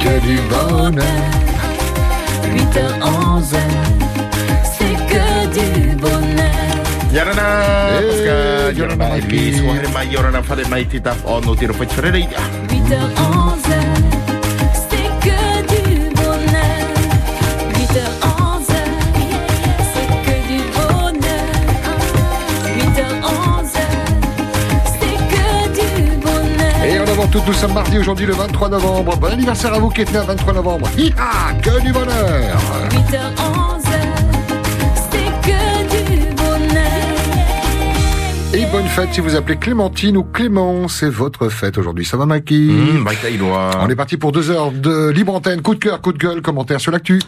que du bonheur. 8h-11h, c'est que du bonheur. Yarana, Pascal, Yarana, Elvis, Wahema, Yarana, Fale, Maïti, Tap, on nous tire au fait Frédéric. 8h-11h, c'est que du bonheur. 8h-11h, c'est que du bonheur. 8h-11h, c'est que du bonheur. Et en avant tout, nous sommes mardi aujourd'hui le 23 novembre. Bon anniversaire à vous qui êtes né le 23 novembre. Hi-ha, que du bonheur. 8h-11h, c'est que du bonheur. Et bonne fête si vous appelez Clémentine ou Clément, c'est votre fête aujourd'hui. Ça va, Maki? On est parti pour 2 heures de libre antenne, coup de cœur, coup de gueule, commentaire sur l'actu.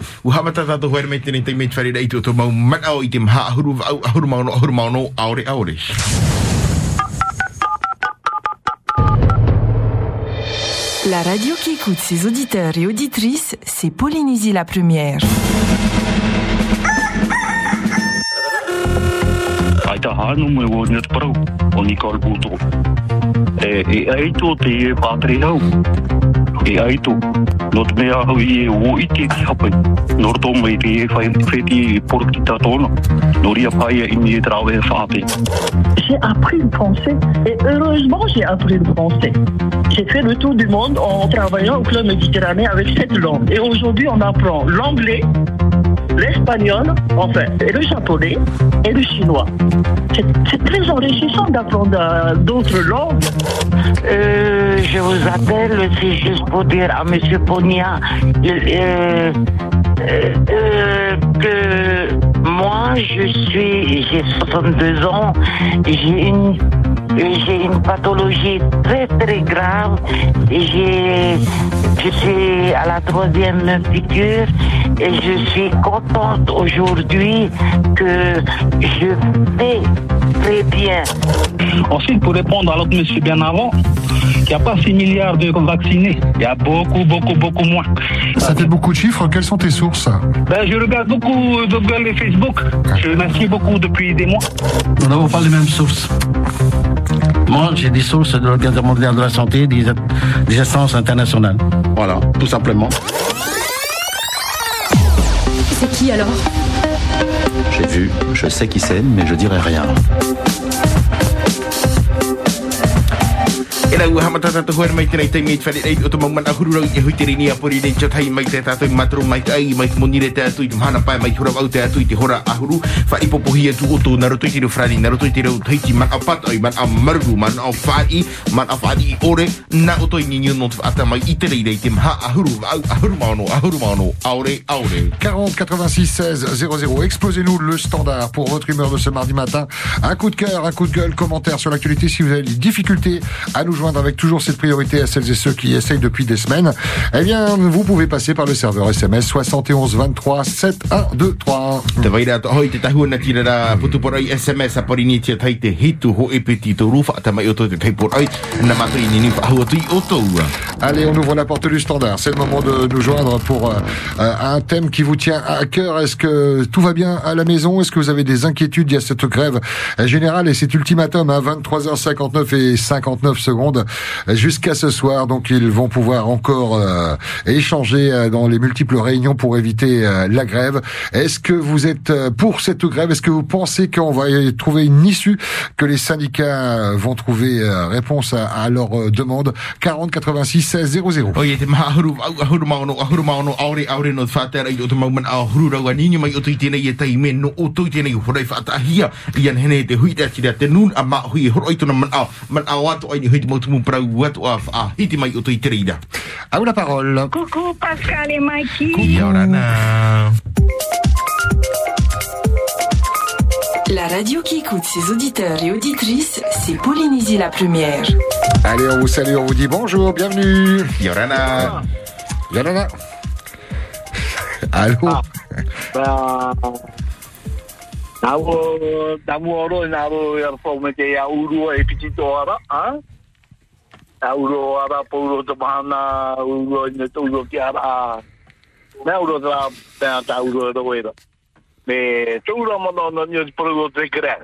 La radio qui écoute ses auditeurs et auditrices, c'est Polynésie la première. Tahanu me wo net pro on Nicole Bouto e aito te patrio e aito not me a hui wo iti hapai norto mai te feti portita tono noria paia ini trave fati. J'ai appris le français et heureusement j'ai appris le français. J'ai fait le tour du monde en travaillant au club méditerranéen avec cette langue. Et aujourd'hui on apprend l'anglais, l'espagnol, enfin, et le japonais et le chinois. C'est très enrichissant d'apprendre d'autres langues. Je vous appelle, c'est juste pour dire à M. Pogna que moi, j'ai 62 ans, j'ai une pathologie très très grave et je suis à la 3e piqûre et je suis contente aujourd'hui que je fais très bien. Ensuite, pour répondre à l'autre monsieur bien avant, il n'y a pas 6 milliards de vaccinés, il y a beaucoup moins. Ça fait beaucoup de chiffres, quelles sont tes sources? Je regarde beaucoup Google et Facebook, je m'inscris beaucoup depuis des mois. Nous n'avons pas les mêmes sources. Moi, j'ai des sources de l'Organisation mondiale de la santé, des instances internationales. Voilà, tout simplement. C'est qui alors? J'ai vu, je sais qui c'est, mais je dirai rien. Ela u hamata tatu huer mai tēnei teimei whare rei o te mauman ahururau i hui te rini a pori rei chatai mai te tātou matro mai te ai mai te monire te atu i te mhana pai mai hurau au te atu i te hora ahuru wha ipopohi atu o tō narotoi te reo whrani narotoi te reo teiti man a pat ai man a maru man a whai man a whai i ore na o toi ninyo no te whaata mai i te rei rei te mha ahuru ahuru maono aore 40 86 16 00. Explosez-nous le standard pour votre humeur de ce mardi matin. Un coup de cœur, un coup de gueule, commentaire sur l'actualité si vous avez des difficultés à nous joindre avec toujours cette priorité à celles et ceux qui essayent depuis des semaines. Eh bien, vous pouvez passer par le serveur SMS 71 23 7123. Te vaira to hoi te tahua na tira ra putuporai SMS a porini tia tai te hitu ho epeti to rufa ta mai oto te taiporai na matri ni fa ho tu oto. Allez, on ouvre la porte du standard. C'est le moment de nous joindre pour un thème qui vous tient à cœur. Est-ce que tout va bien à la maison? Est-ce que vous avez des inquiétudes? Il y a cette grève générale et cet ultimatum à 23h59 et 59 secondes jusqu'à ce soir. Donc ils vont pouvoir encore échanger dans les multiples réunions pour éviter la grève. Est-ce que vous êtes pour cette grève? Est-ce que vous pensez qu'on va y trouver une issue, que les syndicats vont trouver réponse à leurs demandes? 40 86 16 00. Oye te mahuru maono aure no fatera i o moment a hurura wa ninyo mai o tuitene i tai men no o tuitene horai fatahia ian hene te huita tira te nun a ma hui horoi tona man a watu ai ni huita motu mun prau watu a hiti mai o tuiterida. À vous la parole. Coucou Pascal et Mikey. Yorana. La radio qui écoute ses auditeurs et auditrices, c'est Polynésie la première. Allez, on vous salue, on vous dit bonjour, bienvenue. Yorana. Yorana. Allô. Nawo ya fome te ya uru e pitito ara, ha? Ta uru ara puro to bana uru ne to uru ki ara. Na uru ta uru do wera. Me to uru mo no ni puro te kre.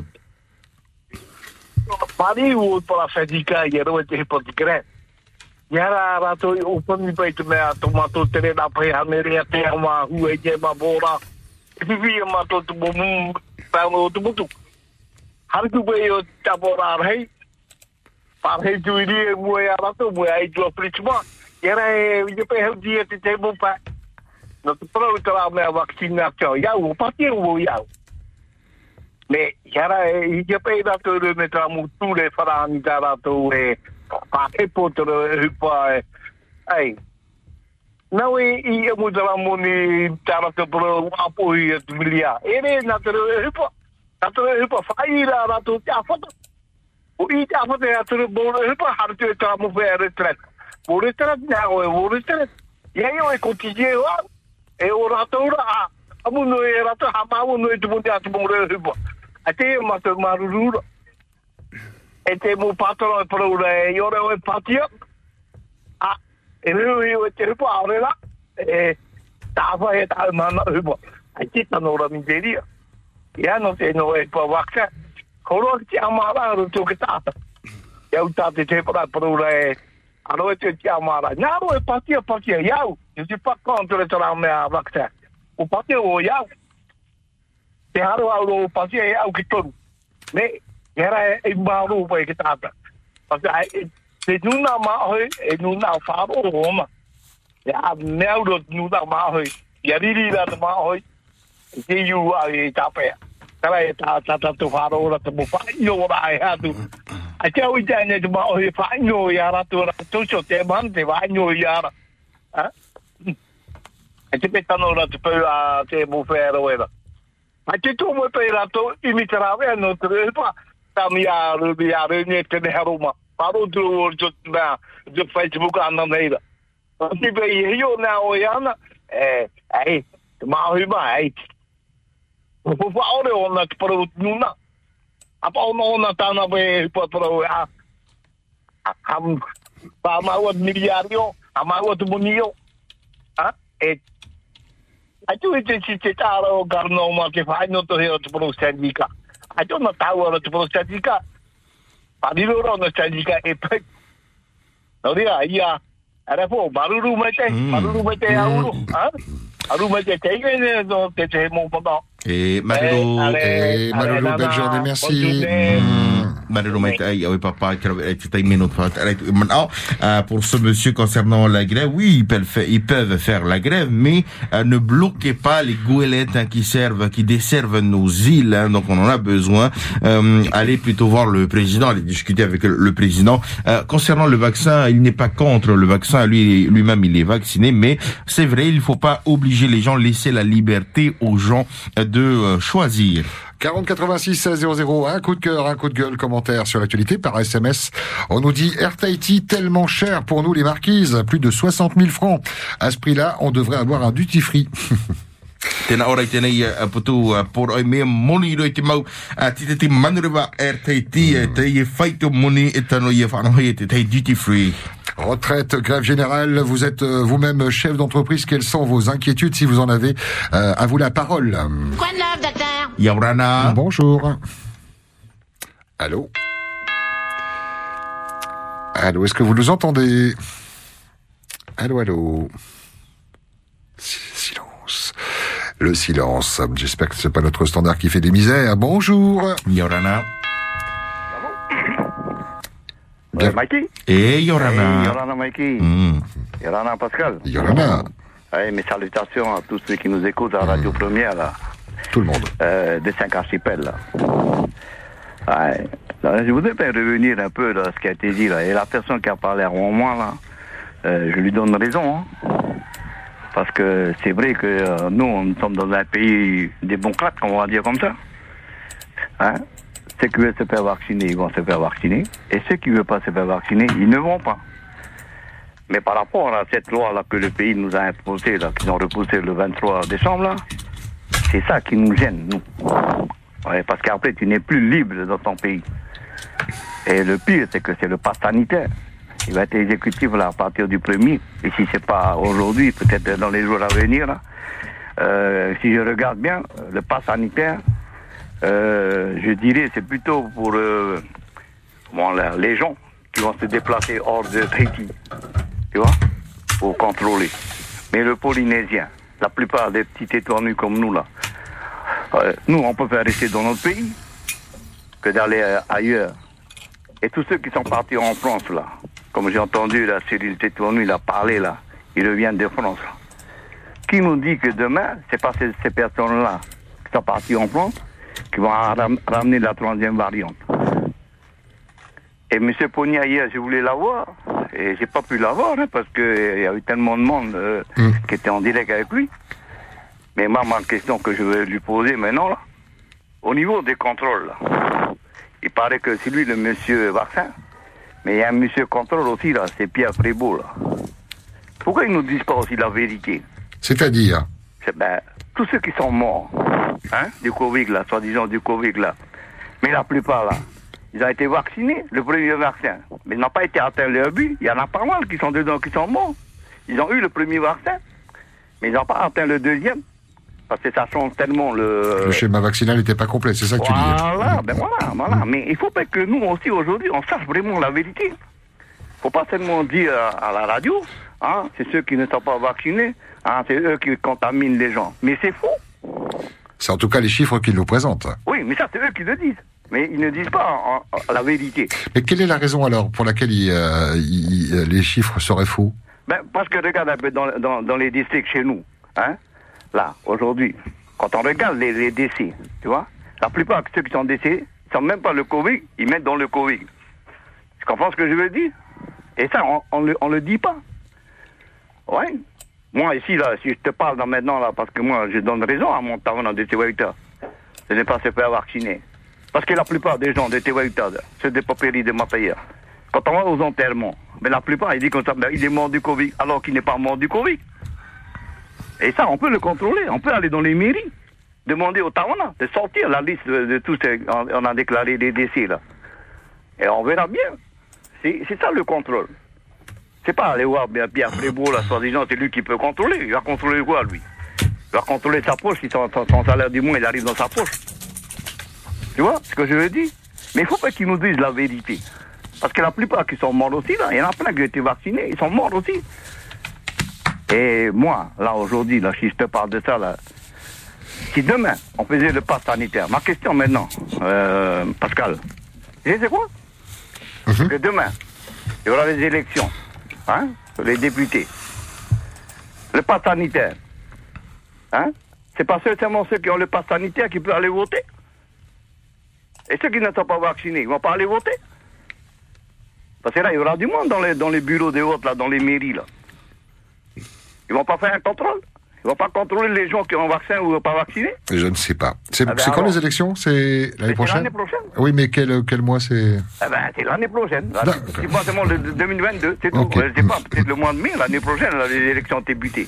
Pari u para fedika ye ro te po kre. Yara rato o pani pai te mea tomato tere na pai hanerea te ama hu e ke ma bora. Pipi ma to tu bomu pa o tu butu. Har ku pai o tabora rei. Pa rei tu iri mo ya rato mo ai tu apritsma. Yara e pe hau dia te te mo pa. No tu pro tra me vaccina cho ya o pa te o ya. Me yara e pe da to me tra mu tu le farani da rato e pa e potro pa ai não e eu mudava moni tava que pro apoio de milia ele na tro fai la tu ta foto o i ta foto ya tro bolo har tu ta mo ver retret por retret na o retret e aí eu continuei lá e o ratora a mundo era to ha ma no tu mundia tu mo até ma to maruru e te mo patro e pro re ore o patio a e io te ripo aurela e tava e tal mana ripo a ti stanno ora miseria ya no te no e po vaca coro ti amara ro tu che tata e u tate te pro re allora te ti amara na ro e patio ya io ti fa contro le tra me a vaca o patio o ya te haro au patio ya u che tu me era e malu pai que tata porque se nuna mai e nuna faro roma ya neuro nuna mai ya riri da mai se you ai tape cara e ta tu faro ora tu fa io vai ha tu a che o già ne mai fa io ya ra tu so te man te va io ya ra a che petano ora tu a te mo fero era ma che tu mo per la to imitrave no tre pa Tamia Rubiare niente ne Roma. Parlo tu na de Facebook andaneira. Tipo io na oiana ma mai. O fare ona pro nuna. Apa ona tana be pro am pa ma o miliario, ama o munio. A tu ci taro garno ma che fai no to io pro sandika. I don't know how to procedica. Padiro no sandika e poi. No dia ia. Era po baruru mete auru, ha? Aru mete te no te mo podo. Et Marilo, belle journée, merci. Marilo, papa, pour ce monsieur concernant la grève, oui, ils peuvent faire la grève, mais ne bloquez pas les goélettes qui desservent nos îles. Hein, donc on en a besoin. Allez plutôt voir le président, allez discuter avec le président. Concernant le vaccin, il n'est pas contre le vaccin. Lui-même, il est vacciné, mais c'est vrai, il faut pas obliger les gens, laisser la liberté aux gens de choisir. 40 86 00, un coup de cœur, un coup de gueule, commentaire sur l'actualité par SMS. On nous dit Air Tahiti tellement cher pour nous les marquises, plus de 60 000 francs. À ce prix-là, on devrait avoir un duty free. Tēnā ora i tēnei putu por oi mea moni roi te mau te manurewa Air Tahiti te i whaito moni e tano i whanahoi e te duty free. Retraite, grève générale, vous êtes vous-même chef d'entreprise, quelles sont vos inquiétudes si vous en avez? À vous la parole. Quoi de neuf, docteur? Yaurana. Bonjour. Allô? Allô, est-ce que vous nous entendez? Allô? Silence. Le silence. J'espère que c'est pas notre standard qui fait des misères. Bonjour. Yorana. Mikey. Yorana. Yorana Mikey. Yorana Pascal. Yorana. Mes salutations à tous ceux qui nous écoutent à la Radio Première, là. Tout le monde. Des 5 archipels, là. Je voudrais revenir un peu à ce qui a été dit, là. Et la personne qui a parlé avant moi, là, je lui donne raison, hein. Parce que c'est vrai que nous sommes dans un pays démocrate, on va dire comme ça. Hein? Ceux qui veulent se faire vacciner, ils vont se faire vacciner. Et ceux qui ne veulent pas se faire vacciner, ils ne vont pas. Mais par rapport à cette loi-là que le pays nous a imposée, là, qu'ils ont repoussé le 23 décembre, là, c'est ça qui nous gêne, nous. Ouais, parce qu'après, tu n'es plus libre dans ton pays. Et le pire, c'est que c'est le pass sanitaire. Il va être exécutif là, à partir du 1er. Et si c'est pas aujourd'hui, peut-être dans les jours à venir, là, si je regarde bien, le pass sanitaire, je dirais c'est plutôt pour les gens qui vont se déplacer hors de Tahiti. tu vois, pour contrôler. Mais le Polynésien, la plupart des petits étournus comme nous, là, nous, on peut faire rester dans notre pays que d'aller ailleurs. Et tous ceux qui sont partis en France, là, comme j'ai entendu, là, Cyril Tétournou, il a parlé, là, ils reviennent de France, là. Qui nous dit que demain, c'est pas ces personnes-là qui sont parties en France qui vont ramener la 3e variante. Et M. Pogna, hier, je voulais l'avoir, et j'ai pas pu l'avoir, hein, parce qu'il y a eu tellement de monde qui était en direct avec lui. Mais moi, ma question que je vais lui poser maintenant, là, au niveau des contrôles, là, il paraît que c'est lui le monsieur vaccin, mais il y a un monsieur contrôle aussi, là, c'est Pierre Prévost, là. Pourquoi ils ne nous disent pas aussi la vérité? C'est-à-dire? Tous ceux qui sont morts, hein, du Covid, là, soi-disant du Covid, là, mais la plupart, là, ils ont été vaccinés, le premier vaccin, mais ils n'ont pas été atteints leur but. Il y en a pas mal qui sont dedans, qui sont morts. Ils ont eu le premier vaccin, mais ils n'ont pas atteint le deuxième. Parce que ça change tellement Le schéma vaccinal n'était pas complet, c'est ça que tu dis. Voilà. Mais il faut pas que nous aussi, aujourd'hui, on sache vraiment la vérité. Il ne faut pas seulement dire à la radio, hein, c'est ceux qui ne sont pas vaccinés, hein, c'est eux qui contaminent les gens. Mais c'est faux. C'est en tout cas les chiffres qu'ils nous présentent. Oui, mais ça, c'est eux qui le disent. Mais ils ne disent pas la vérité. Mais quelle est la raison alors pour laquelle les chiffres seraient faux? Parce que regarde un peu dans les districts chez nous, hein, là, aujourd'hui, quand on regarde les décès, tu vois, la plupart de ceux qui sont décédés, ils ne sont même pas le Covid, ils mettent dans le Covid. Tu comprends ce que je veux dire? Et ça, on le dit pas. Ouais. Moi, ici, là, si je te parle maintenant, là, parce que moi, je donne raison à mon taron de Tewaïta, de ne pas se faire vacciner. Parce que la plupart des gens de Tewaïta, c'est des paupéries de Mataya. Quand on va aux enterrements, mais la plupart, ils disent comme ça, il est mort du Covid, alors qu'il n'est pas mort du Covid. Et ça, on peut le contrôler. On peut aller dans les mairies, demander aux Tawana de sortir la liste de tous ces... On a déclaré des décès, là. Et on verra bien. C'est ça le contrôle. C'est pas aller voir Pierre Prévost, là, soi-disant, c'est lui qui peut contrôler. Il va contrôler quoi, lui? Il va contrôler sa poche, si son salaire du mois, il arrive dans sa poche. Tu vois ce que je veux dire? Mais il faut pas qu'ils nous disent la vérité. Parce que la plupart qui sont morts aussi, là, il y en a plein qui ont été vaccinés, ils sont morts aussi. Et moi, là, aujourd'hui, là, si je te parle de ça, là, si demain, on faisait le pass sanitaire, ma question maintenant, Pascal, c'est quoi? Que demain, il y aura les élections, hein, les députés. Le pass sanitaire, hein, c'est pas seulement ceux qui ont le pass sanitaire qui peuvent aller voter. Et ceux qui ne sont pas vaccinés, ils vont pas aller voter. Parce que là, il y aura du monde dans les bureaux de vote, là, dans les mairies, là. Ils vont pas faire un contrôle? Ils vont pas contrôler les gens qui ont un vaccin ou pas vaccinés? Je ne sais pas. C'est quand les élections? C'est l'année prochaine? L'année prochaine. Oui, mais quel mois c'est? C'est l'année prochaine. C'est pas seulement le 2022, c'est tout. Okay. Je sais pas, peut-être le mois de mai, l'année prochaine, là, les élections ont débuté.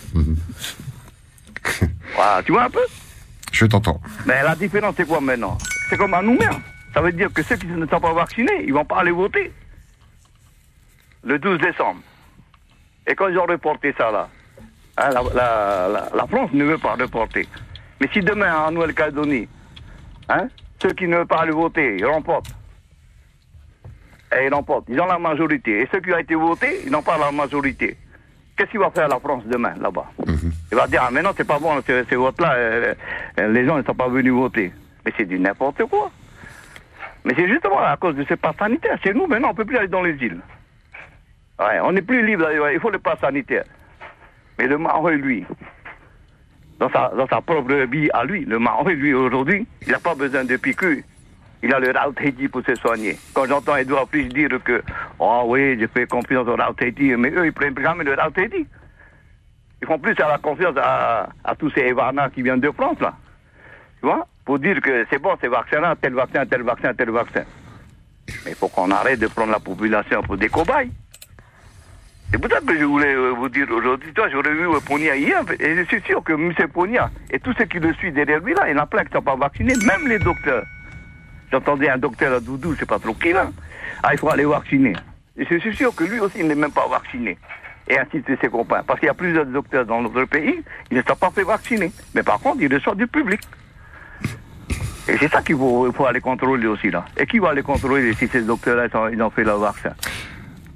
Voilà, tu vois un peu? Je t'entends. Mais la différence, c'est quoi maintenant? C'est comme à nous-mêmes. Ça veut dire que ceux qui ne sont pas vaccinés, ils vont pas aller voter. Le 12 décembre. Et quand ils ont reporté ça, là, hein, la France ne veut pas reporter. Mais si demain, en Nouvelle-Calédonie, hein, ceux qui ne veulent pas aller voter, ils remportent. Et ils remportent. Ils ont la majorité. Et ceux qui ont été votés, ils n'ont pas la majorité. Qu'est-ce qu'il va faire la France demain, là-bas? Il va dire, ah, mais non, c'est pas bon, ces votes-là, les gens ne sont pas venus voter. Mais c'est du n'importe quoi. Mais c'est justement à cause de ce pass sanitaire. Chez nous, maintenant, on ne peut plus aller dans les îles. Ouais, on n'est plus libre, il faut le pass sanitaire. Mais le Maroc, lui, dans sa propre vie à lui, le Maroc, lui, aujourd'hui, il n'a pas besoin de piqûres. Il a le Rautedi pour se soigner. Quand j'entends Edouard Plich dire que, oh oui, je fais confiance au Rautedi, mais eux, ils prennent jamais le Rautedi. Ils font plus à la confiance à tous ces Evana qui viennent de France, là. Tu vois? Pour dire que c'est bon, c'est vaccin-là, tel vaccin, tel vaccin, tel vaccin. Mais il faut qu'on arrête de prendre la population pour des cobayes. C'est pour ça que je voulais vous dire aujourd'hui, toi, j'aurais vu Pogna hier, et je suis sûr que M. Pogna et tous ceux qui le suivent derrière lui, là, il y en a plein qui ne sont pas vaccinés, même les docteurs. J'entendais un docteur à Doudou, je sais pas trop qui, là. Ah, il faut aller vacciner. Et je suis sûr que lui aussi, il n'est même pas vacciné. Et ainsi de ses copains. Parce qu'il y a plusieurs docteurs dans notre pays, ils ne sont pas fait vacciner. Mais par contre, ils reçoivent du public. Et c'est ça qu'il faut aller contrôler aussi, là. Et qui va aller contrôler si ces docteurs-là, ils ont fait leur vaccin?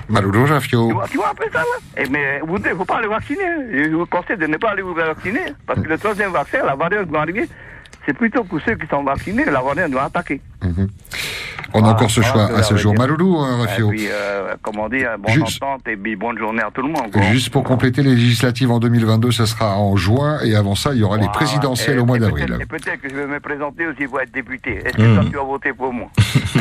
Maloulou, Rafio. Tu vois, après ça, là. Mais vous ne faut pas aller vacciner. Je vous conseille de ne pas aller vous vacciner. Parce que le troisième vaccin, la variante va arriver. C'est plutôt pour ceux qui sont vaccinés, la variante doit attaquer. On a encore ce choix à ce jour. Maloulou, Rafio. Et puis, comme on dit, bonne entente et puis bonne journée à tout le monde. Quoi. Juste pour compléter, les législatives en 2022, ce sera en juin. Et avant ça, il y aura les présidentielles au mois d'avril. Et peut-être que je vais me présenter aussi pour être député. Est-ce que toi, tu vas voter pour moi?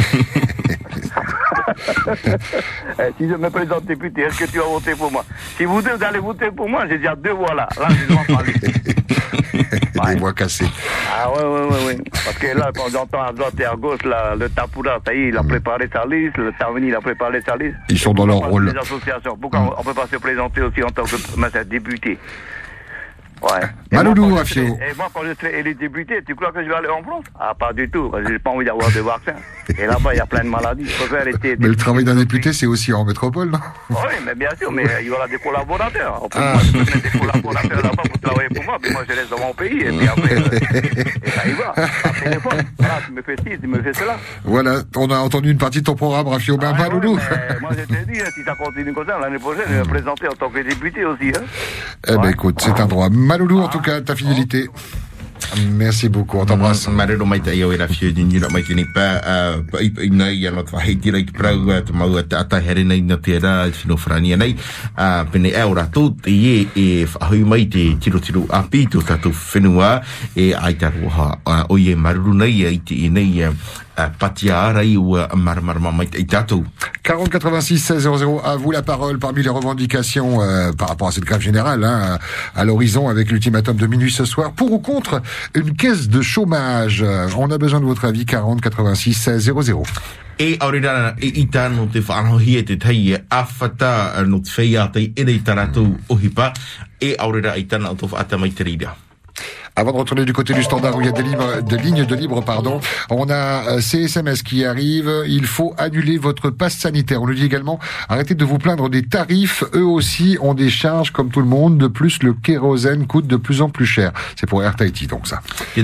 Si je me présente député, est-ce que tu vas voter pour moi? Si vous deux allez voter pour moi, j'ai déjà 2 voix là. Là, je dois parler. Des voix cassées. Ah ouais. Parce que là, quand j'entends à droite et à gauche, là, le Tapoura, ça y est, il a préparé sa liste, le Taveni, il a préparé sa liste. Ils sont dans leur rôle. Les associations. Pourquoi on ne peut pas se présenter aussi en tant que député? Ouais. Maloulou, Rafio. Et moi, quand je serai élu député, tu crois que je vais aller en France? Ah, pas du tout. J'ai pas envie d'avoir de vaccins. Et là-bas, il y a plein de maladies. Je préfère rester mais le travail d'un député, c'est aussi en métropole, non? Oui, mais bien sûr, mais il y aura des collaborateurs. Moi, je peux mettre des collaborateurs là-bas pour travailler pour moi, mais moi, je reste dans mon pays. Et puis après, et ça y va. Par téléphone. Voilà, tu me fais ci, tu me fais cela. Voilà, on a entendu une partie de ton programme, Rafio. Maloulou. Moi, je te dis, si ça continue comme ça, l'année prochaine, je vais me présenter en tant que député aussi. Eh ben, écoute, c'est un droit. Maloulou, en tout cas, ta fidélité. Merci beaucoup, on t'embrasse. Marero mai tai au Rafio ni ni mai tini pa ina ia not fa hiti rai prau te mau ata here nei na te ra sino frania nei pene eura tu te e hui mai te tiro a pito tatu whenua e aita roha o ie maruru nei i te nei Patia rai ou marmarma mai te tatu. 40 86 16 00, à vous la parole parmi les revendications par rapport à cette grève générale à l'horizon avec l'ultimatum de minuit ce soir. Pour ou contre une caisse de chômage? On a besoin de votre avis. 40 86 16 00. E aurera e ita no te whaanohi e te tei e awhata no te whea tei ere i taratu ohipa e aurera i tana o to whaata mai te rira. Avant de retourner du côté du standard où il y a des lignes de libre, on a ces SMS qui arrivent. Il faut annuler votre passe sanitaire. On nous dit également, arrêtez de vous plaindre des tarifs. Eux aussi ont des charges comme tout le monde. De plus, le kérosène coûte de plus en plus cher. C'est pour Air Tahiti, donc ça.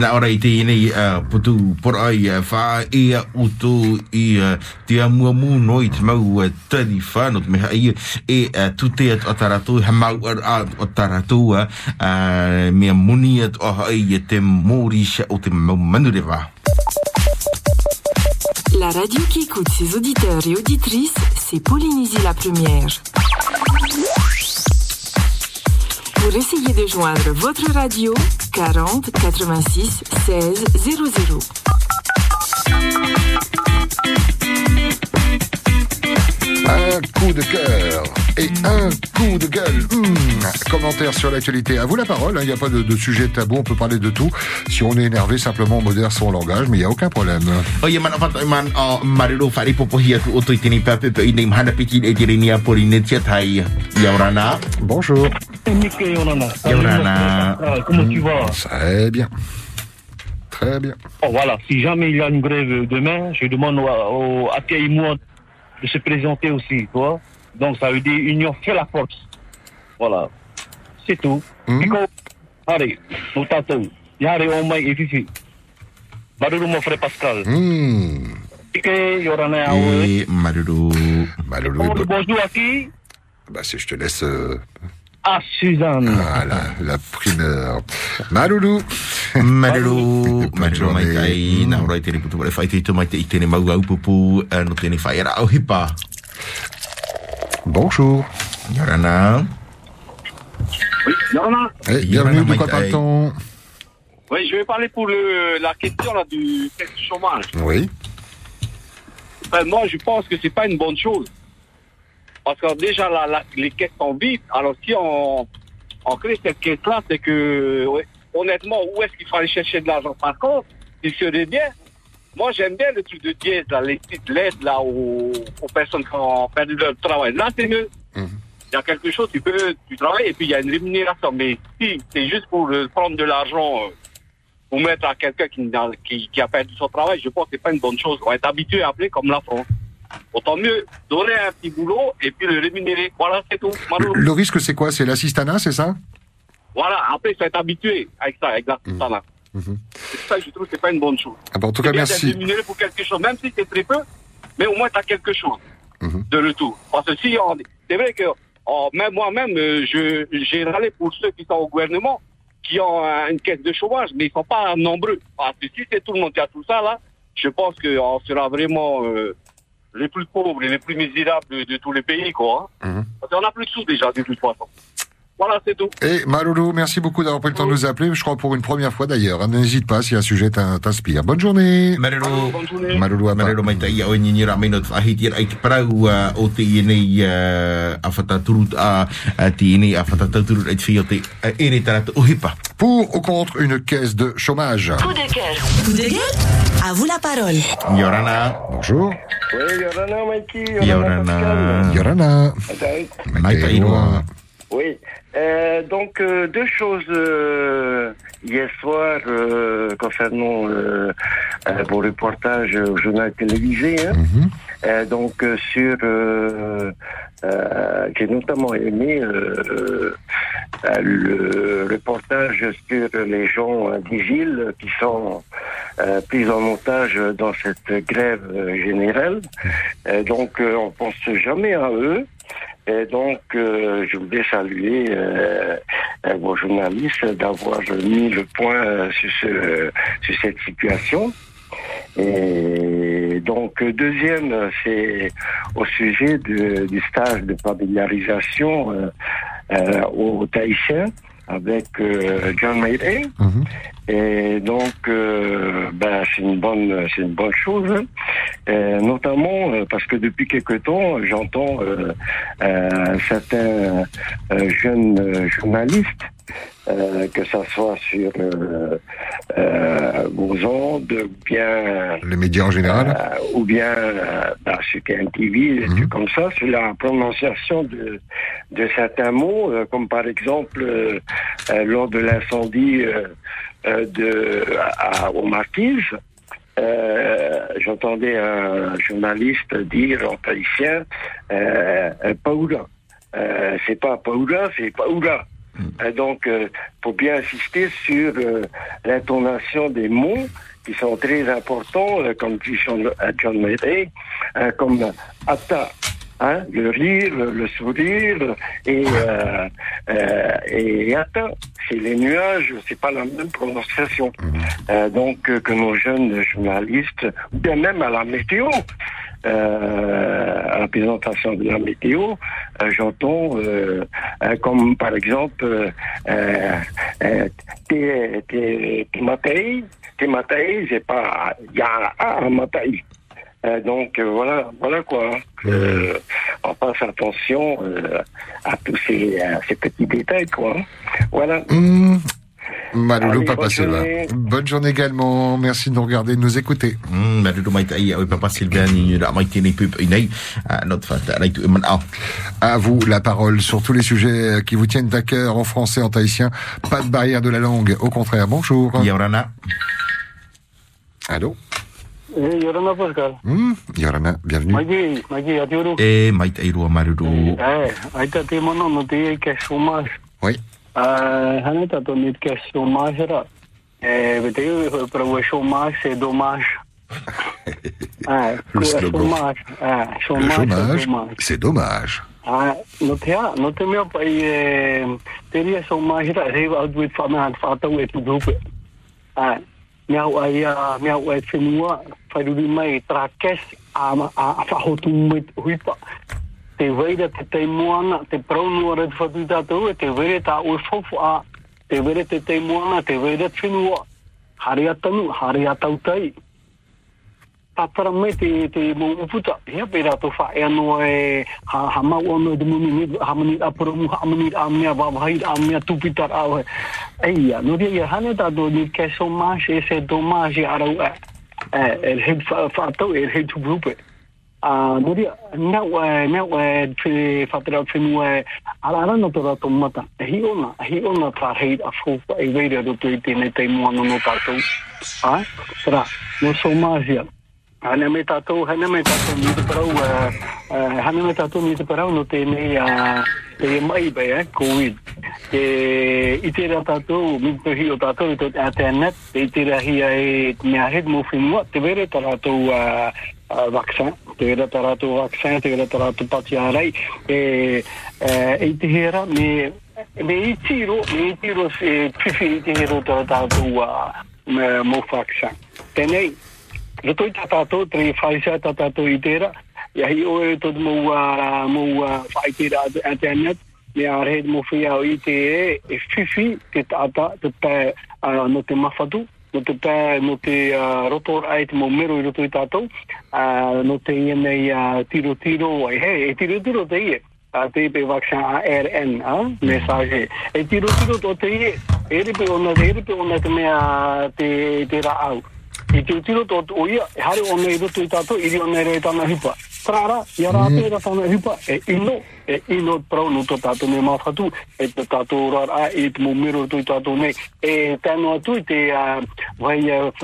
La radio qui écoute ses auditeurs et auditrices, c'est Polynésie la première. Pour essayer de joindre votre radio, 40 86 16 00. Un coup de cœur et un coup de gueule. Commentaire sur l'actualité. À vous la parole. Il n'y a pas de sujet tabou. On peut parler de tout. Si on est énervé, simplement on modère son langage, mais il n'y a aucun problème. Bonjour. Yorana. Comment tu vas? Très bien. Très bien. Oh, voilà. Si jamais il y a une grève demain, je demande à Pierre et moi de se présenter aussi, tu vois. Donc ça veut dire union fait la force. Voilà. C'est tout. Allez, nous t'attendons. Yare Omai et Fifi. Baruru mon frère Pascal. Ok, Yorana Aoui. Malulu. Bonjour à qui? Bah si je te laisse... Ah, Suzanne. Voilà, la primeur. Maloulou. Maloulou mai tai na ora te riputu le fai te mai te itene mau au pupu no tene fai era au hipa. Bonjour. Yorana. Oui, Yorana. Bienvenue, de quoi parle-t-on? Oui, je vais parler pour la question là du chômage. Oui. Enfin, moi, je pense que c'est pas une bonne chose. Parce que déjà, les caisses sont vides. Alors, si on crée cette caisse-là, c'est que, ouais, honnêtement, où est-ce qu'il faut aller chercher de l'argent? Par contre, il serait bien. Moi, j'aime bien le truc de dièse, là, les petites lettres, là, aux personnes qui ont perdu leur travail. Là, c'est mieux. Il y a quelque chose, tu travailles et puis il y a une rémunération. Mais si c'est juste pour prendre de l'argent, pour mettre à quelqu'un qui a perdu son travail, je pense que c'est pas une bonne chose. On est habitué à appeler comme la France. Autant mieux donner un petit boulot et puis le rémunérer. Voilà, c'est tout. Le risque, c'est quoi? C'est l'assistanat, c'est ça? Voilà, après, il faut être habitué avec ça, avec l'assistanat. C'est ça que je trouve que c'est pas une bonne chose. Ah bah en tout cas, merci. C'est bien d'être rémunéré pour quelque chose, même si c'est très peu, mais au moins tu as quelque chose. de retour. Parce que si c'est vrai que même moi-même, j'ai râlé pour ceux qui sont au gouvernement, qui ont une caisse de chômage, mais ils sont pas nombreux. Parce que si c'est tout le monde qui a tout ça là, je pense qu'on sera vraiment les plus pauvres et les plus misérables de tous les pays, quoi. Parce qu'on n'a plus de sous déjà, de toute façon. Voilà, c'est tout. Et Maloulou, merci beaucoup d'avoir pris le temps de nous appeler, je crois pour une première fois d'ailleurs. N'hésite pas si un sujet t'inspire. Bonne journée. Maloulou. Bonne journée. Maloulou, Maloulou mai tai o ni ra mainot fahitir ai te parau o te nei a whataturut a te nei a whataturut ai te whio te ere tarata uhipa. Pour ou contre une caisse de chômage? Coup de cœur. Coup de gueule. À vous la parole. Yorana. Bonjour. Oui, Yorana, Mikey. Yorana. Yorana. Mai tai roa. Oui. Donc, deux choses hier soir concernant vos reportages au journal télévisé. Donc, sur... j'ai notamment aimé le reportage sur les gens des îles qui sont pris en otage dans cette grève générale. Donc, on pense jamais à eux. Et donc, je voudrais saluer vos journalistes d'avoir mis le point sur cette situation. Et donc, deuxième, c'est au sujet du stage de familiarisation aux Tahitiens avec John Mayday. Et donc, c'est une bonne chose, notamment parce que depuis quelque temps, j'entends certains jeunes journalistes, que ça soit sur vos ondes, ou bien les médias en général, ou bien sur KMTV, des trucs comme ça, sur la prononciation de certains mots, comme par exemple lors de l'incendie aux Marquises. J'entendais un journaliste dire en tahitien Paoura. C'est pas Paoura, c'est Paoura. Donc, faut bien insister sur l'intonation des mots qui sont très importants, comme dit John Mayday, comme Atta. Le rire, le sourire et attends, c'est les nuages, c'est pas la même prononciation. Donc que nos jeunes journalistes, ou bien même à la météo, à la présentation de la météo, j'entends comme par exemple t'es matai, c'est pas ya matai. Donc voilà quoi. On passe attention à tous ces petits détails quoi. Voilà. Maloulou, Papa Sylvain. Bonne journée également. Merci de nous regarder, de nous écouter. Papa Sylvain, à vous la parole sur tous les sujets qui vous tiennent à cœur en français, en tahitien. Pas de barrière de la langue. Au contraire, bonjour. Yorana. Allô? Yorana Pascal. Yorana, bienvenue. Magi, Atioro. Maïta Irua Marudu. Aïta te mono no te que chômage. Oui. Haneta to nit que chômage là. Veteu para o chômage c'est dommage. Le slogan. Chômage, c'est dommage. No te meu pai teria chômage là, reva out with fama fata with group. Miau ai whenua whairuri mai trakes a whahotu mit huipa. Te veira te moana, te praunua red whatu tātou, te veira tā oi whawhu a, te veira te moana, te veira whenua. Hare atanu, hare atautai. Tātara mai te mo uputa. Hea pera to whae anō ha mau anō de muni, ha mani apuramu, ha mani a mea wawahai, a mea tupitar au. Eia, no rea hane tātou ni ke so māse se do māse arau head whaatau, head to group. No rea, nau te whatera whenua arara no tora tō mata. Hi ona tā heid a whawha e veira roto i tēnei te moana no tātou. Tara, no so māse Hana me tātou ni te parau, hana me tātou ni te parau no tēnei te mai bai, Covid. I te rā tātou, mi te hi o tātou i te internet, te i te rā hi e mea head mo whenua, te vere tā rātou vaksin, te era tarato vaccin, te era tarato patiarai, e te era, me i tiro se pifi te era tarato mo vaccin. Tenei, Rotoi tatato, tre Pfizer tatato itera, yahi oe todo mo faitera internet, me arred mo fia ite e fifi te tata te pe no te mafatu, no te rotor ait mo mero rotoi tato, no te nei tiro e tiro te ie. Te pe vaccin ARN, message. E tiro to te ie, e pe ona te mea te raau. E tiro to oia, hari ona i roto i tato, iri ona i tana hipa. Trara, iara te ra tana hipa, e ino prau no to tato me mawhatu, e te tato rara, e te mumero to i tato me, e tano atu i te vai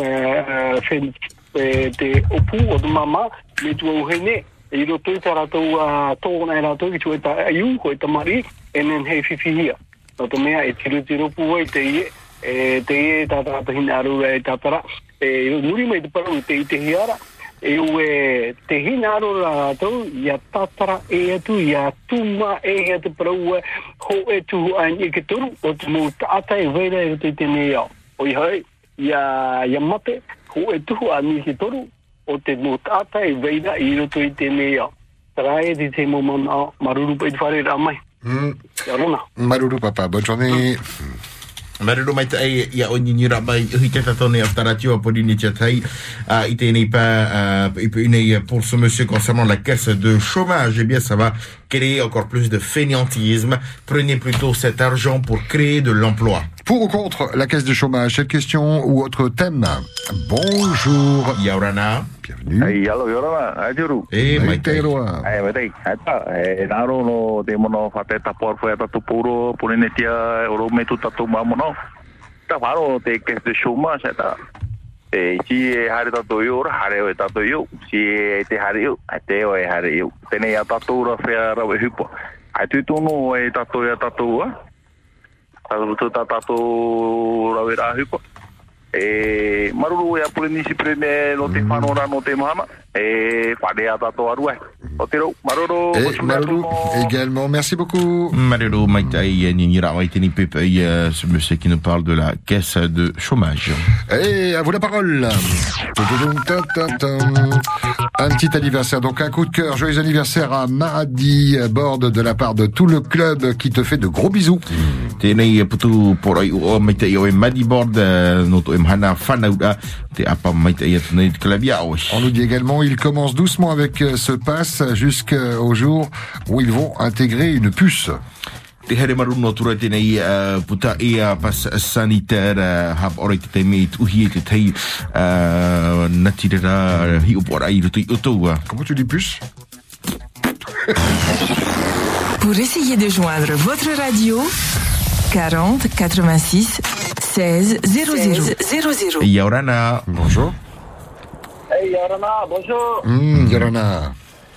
te opu o te mama, me tu au hene, e roto i te ratou tōna e ratou, i tu e ta aiu, ko e ta mari, e nen hei whiwhihia. No te mea, e tiro pua i te ie, te ie tata hina aru e tatara, muri mai te parau te hiara, te hina aru rātou, ia tatara e atu, ia tuma e te parau ho e tuhu ain i ke turu, o te mō tata e veira e te tēnei au. Oi hai, ia mate, ho e tuhu ain i ke turu, o te mō tata e veira i roto i tēnei au. Tara e te mō mana maruru pa i te whare rā mai. Maruru papa, bonne journée. Maruru mai tai ia o ni rabai i te tatone aftaratio Apolline Tiatai i tēnei pa pour ce monsieur concernant la caisse de chômage. Eh bien, ça va créer encore plus de fainéantisme. Prenez plutôt cet argent pour créer de l'emploi. Pour ou contre la caisse de chômage, cette question ou autre thème. Bonjour. Yaurana. Bienvenue. Hey, hello, Yaurana. Ajiru. Eh, Maiteroa. Eh, Maitei. Ata, naro no te mono fate tapor foi tatu puro, punetia, oro me tu tatu mamono. Ta faro te caisse de chômage ata. Si hari tatu yo, hari o tatu yo. Si te hari yo, te o hari yo. Tene ya tatu ra fea ra hipo. Ai tu no e tatu ya tatu a. Tatu ra vera hipo. Maruru ya polisi prene no te fanora no te mama. Fade ya tatu arua. Otero, Maruru. Maruru également. Merci beaucoup. Maruru Maitai Ninira Maitini Pepe, ce monsieur qui nous parle de la caisse de chômage. Et à vous la parole. Un petit anniversaire, donc un coup de cœur. Joyeux anniversaire à Maradi Borde de la part de tout le club qui te fait de gros bisous. Tēnei putu porai o Maitai o Maradi Borde no to mhana fanauda te apa Maitai atu klabia o. On nous dit également, il commence doucement avec ce pass jusqu'au jour où ils vont intégrer une puce. Te here maru no tura tēnei puta ea pass sanitaire hap ora te te mei tuhi te tei natirera hi upora i rutu i utoua. Comment tu dis puce? Pour essayer de joindre votre radio, 40 86 16 00 00. Yaurana. Bonjour. Hey, Yaurana, bonjour. Yaurana.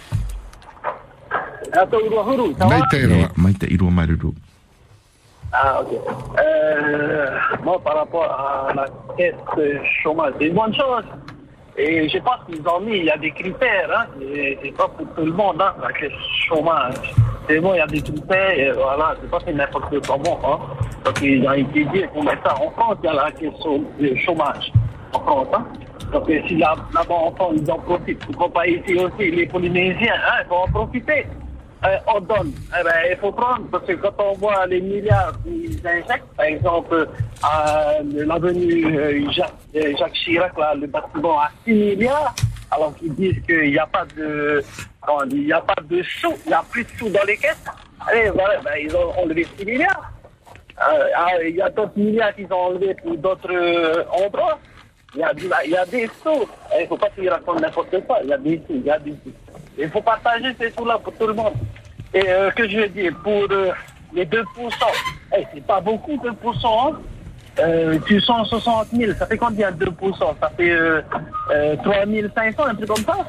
Maite Irua Maruru. Ah, ok. Moi, par rapport à la caisse de chômage, c'est une bonne chose. Et je pense qu'ils ont mis, il y a des critères, hein. C'est pas pour tout le monde, hein, la caisse de chômage. C'est bon, il y a des critères, et voilà, c'est pas fait n'importe comment, hein. Donc, ils ont étudié pour mettre ça. En France, il y a la caisse de chômage. En France, hein. Donc, si là-bas, en France, ils en profitent. Pourquoi pas ici aussi, les Polynésiens, hein, ils vont en profiter. On donne. Eh ben, il faut prendre, parce que quand on voit les milliards qu'ils injectent, par exemple, l'avenue Jacques Chirac, là, le bâtiment à 6 milliards, alors qu'ils disent qu'il n'y a pas de, il n'y a pas de sous, il n'y a plus de sous dans les caisses. Allez, voilà, ben, ils ont enlevé 6 milliards. Il y a d'autres milliards qu'ils ont enlevés pour d'autres endroits. Il y a des sous. Il ne faut pas qu'ils racontent n'importe quoi. Il y a des sous. Il faut partager ces sous-là pour tout le monde. Et que je veux dire, pour les 2%, c'est pas beaucoup 2%. Hein? 260 000, ça fait combien 2%? Ça fait 3 500, un truc comme ça.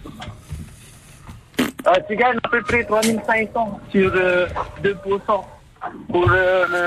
Tu gagnes à peu près 3 500 sur 2%. Pour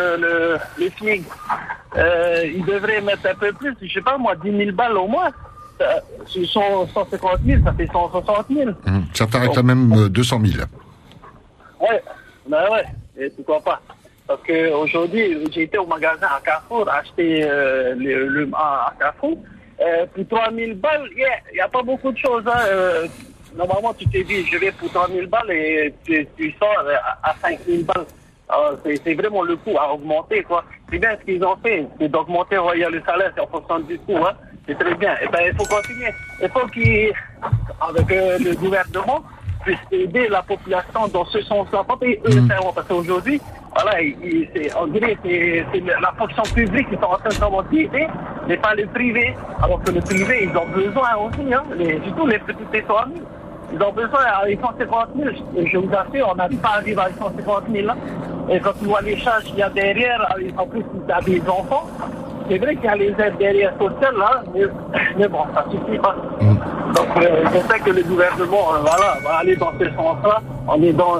le SMIC. Il devrait mettre un peu plus, je sais pas moi, 10 000 balles au moins. sur 150 000, ça fait 160 000. Certains réclament même 200 000. Ouais, et pourquoi pas. Parce qu'aujourd'hui, j'ai été au magasin à Carrefour, acheter à Carrefour. Pour 3 000 balles, il n'y a pas beaucoup de choses. Hein. Normalement, tu t'es dit, je vais pour 3 000 balles et tu sors à 5 000 balles. Alors, c'est vraiment le coût à augmenter, quoi. C'est bien ce qu'ils ont fait, c'est d'augmenter le salaire en fonction du coût, hein. C'est très bien. Et il faut continuer. Il faut qu'avec le gouvernement, puisse aider la population dans ce sens-là. Pas payer eux, parce qu'aujourd'hui, voilà, on dirait que c'est la fonction publique qui sont en train d'aider, mais pas le privé. Alors que le privé, ils ont besoin aussi, hein, surtout les petites étoiles. Ils ont besoin à 150 000. Je vous assure, on n'arrive pas à vivre à 150 000. Hein. Et quand tu vois les charges qu'il y a derrière, en plus, tu as des enfants. C'est vrai qu'il y a les aides derrière sociales, là, mais bon, ça suffit pas. Donc, je sais que le gouvernement, va aller dans ce sens-là. On est dans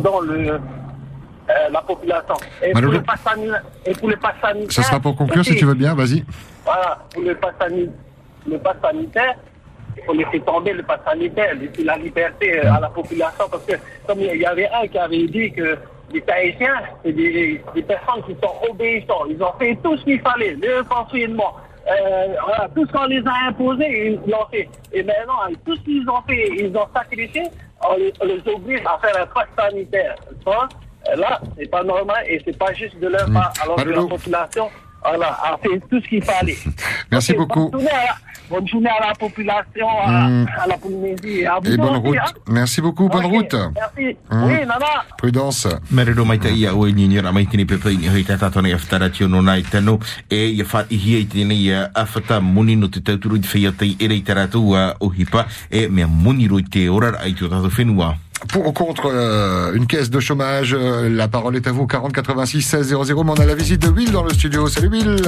la population. Et pour le pass sanitaire. Ça sera pour conclure, si tu veux bien, vas-y. Voilà, pour le pass sanitaire, il faut laisser tomber le pass sanitaire, laisser la liberté à la population, parce que, comme il y avait un qui avait dit que les Tahitiens, c'est des personnes qui sont obéissantes. Ils ont fait tout ce qu'il fallait, le confinement, tout ce qu'on les a imposé, ils l'ont fait. Et maintenant, tout ce qu'ils ont fait, ils ont sacrifié, on les oblige à faire un pass sanitaire. Là, c'est pas normal et c'est pas juste de leur part, alors que la population a fait tout ce qu'il fallait. Merci beaucoup. Bonne journée à la population, à la Polynésie et à vous. Et bonne route. Hein. Merci beaucoup, bonne route. Merci. Oui, Nana. Prudence. Merero mai te ia o ni ra mai tini pepe ni hoi tata tone aftara tio no nai tano e ia fa i hi tini ia afata muni no te tauturu di fia te ere taratu o hipa e me muni ro te ora ai tio tato whenua. Pour ou contre une caisse de chômage, la parole est à vous, 40 86 16 00. Mais on a la visite de Will dans le studio. Salut Will.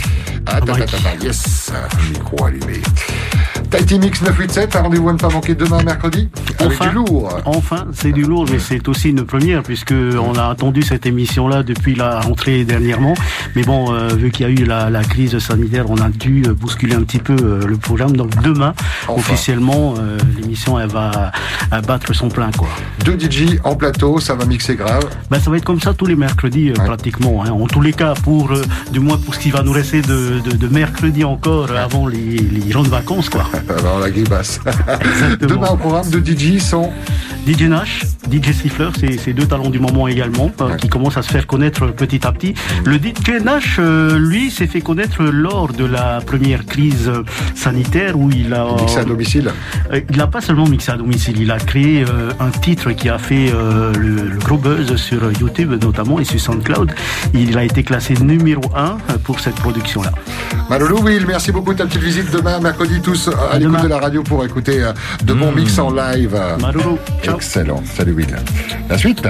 Yes, micro allumé. Tahiti Mix 987, un rendez-vous à ne pas manquer demain mercredi avec du lourd. Enfin, c'est du lourd, mais c'est aussi une première puisque on a attendu cette émission-là depuis la rentrée dernièrement. Mais bon, vu qu'il y a eu la crise sanitaire, on a dû bousculer un petit peu le programme. Donc demain, officiellement, l'émission elle va battre son plein, quoi. 2 DJ en plateau, ça va mixer grave. Ben, ça va être comme ça tous les mercredis pratiquement. Hein. En tous les cas, du moins pour ce qui va nous rester de mercredi encore avant les grandes vacances, quoi. Alors la grimace. Demain au programme de DJ sont DJ Nash, DJ Stifler, c'est ces deux talents du moment également qui commencent à se faire connaître petit à petit. Le DJ Nash, lui, s'est fait connaître lors de la première crise sanitaire où il a mixé à domicile. Il n'a pas seulement mixé à domicile, il a créé un titre qui a fait le gros buzz sur YouTube notamment et sur SoundCloud. Il a été classé numéro 1 pour cette production-là. Maloulou, Will, merci beaucoup de ta petite visite demain, mercredi, tous à l'écoute de la radio pour écouter de bons mix en live. Maloulou, ciao. Excellent. Salut Will. La suite.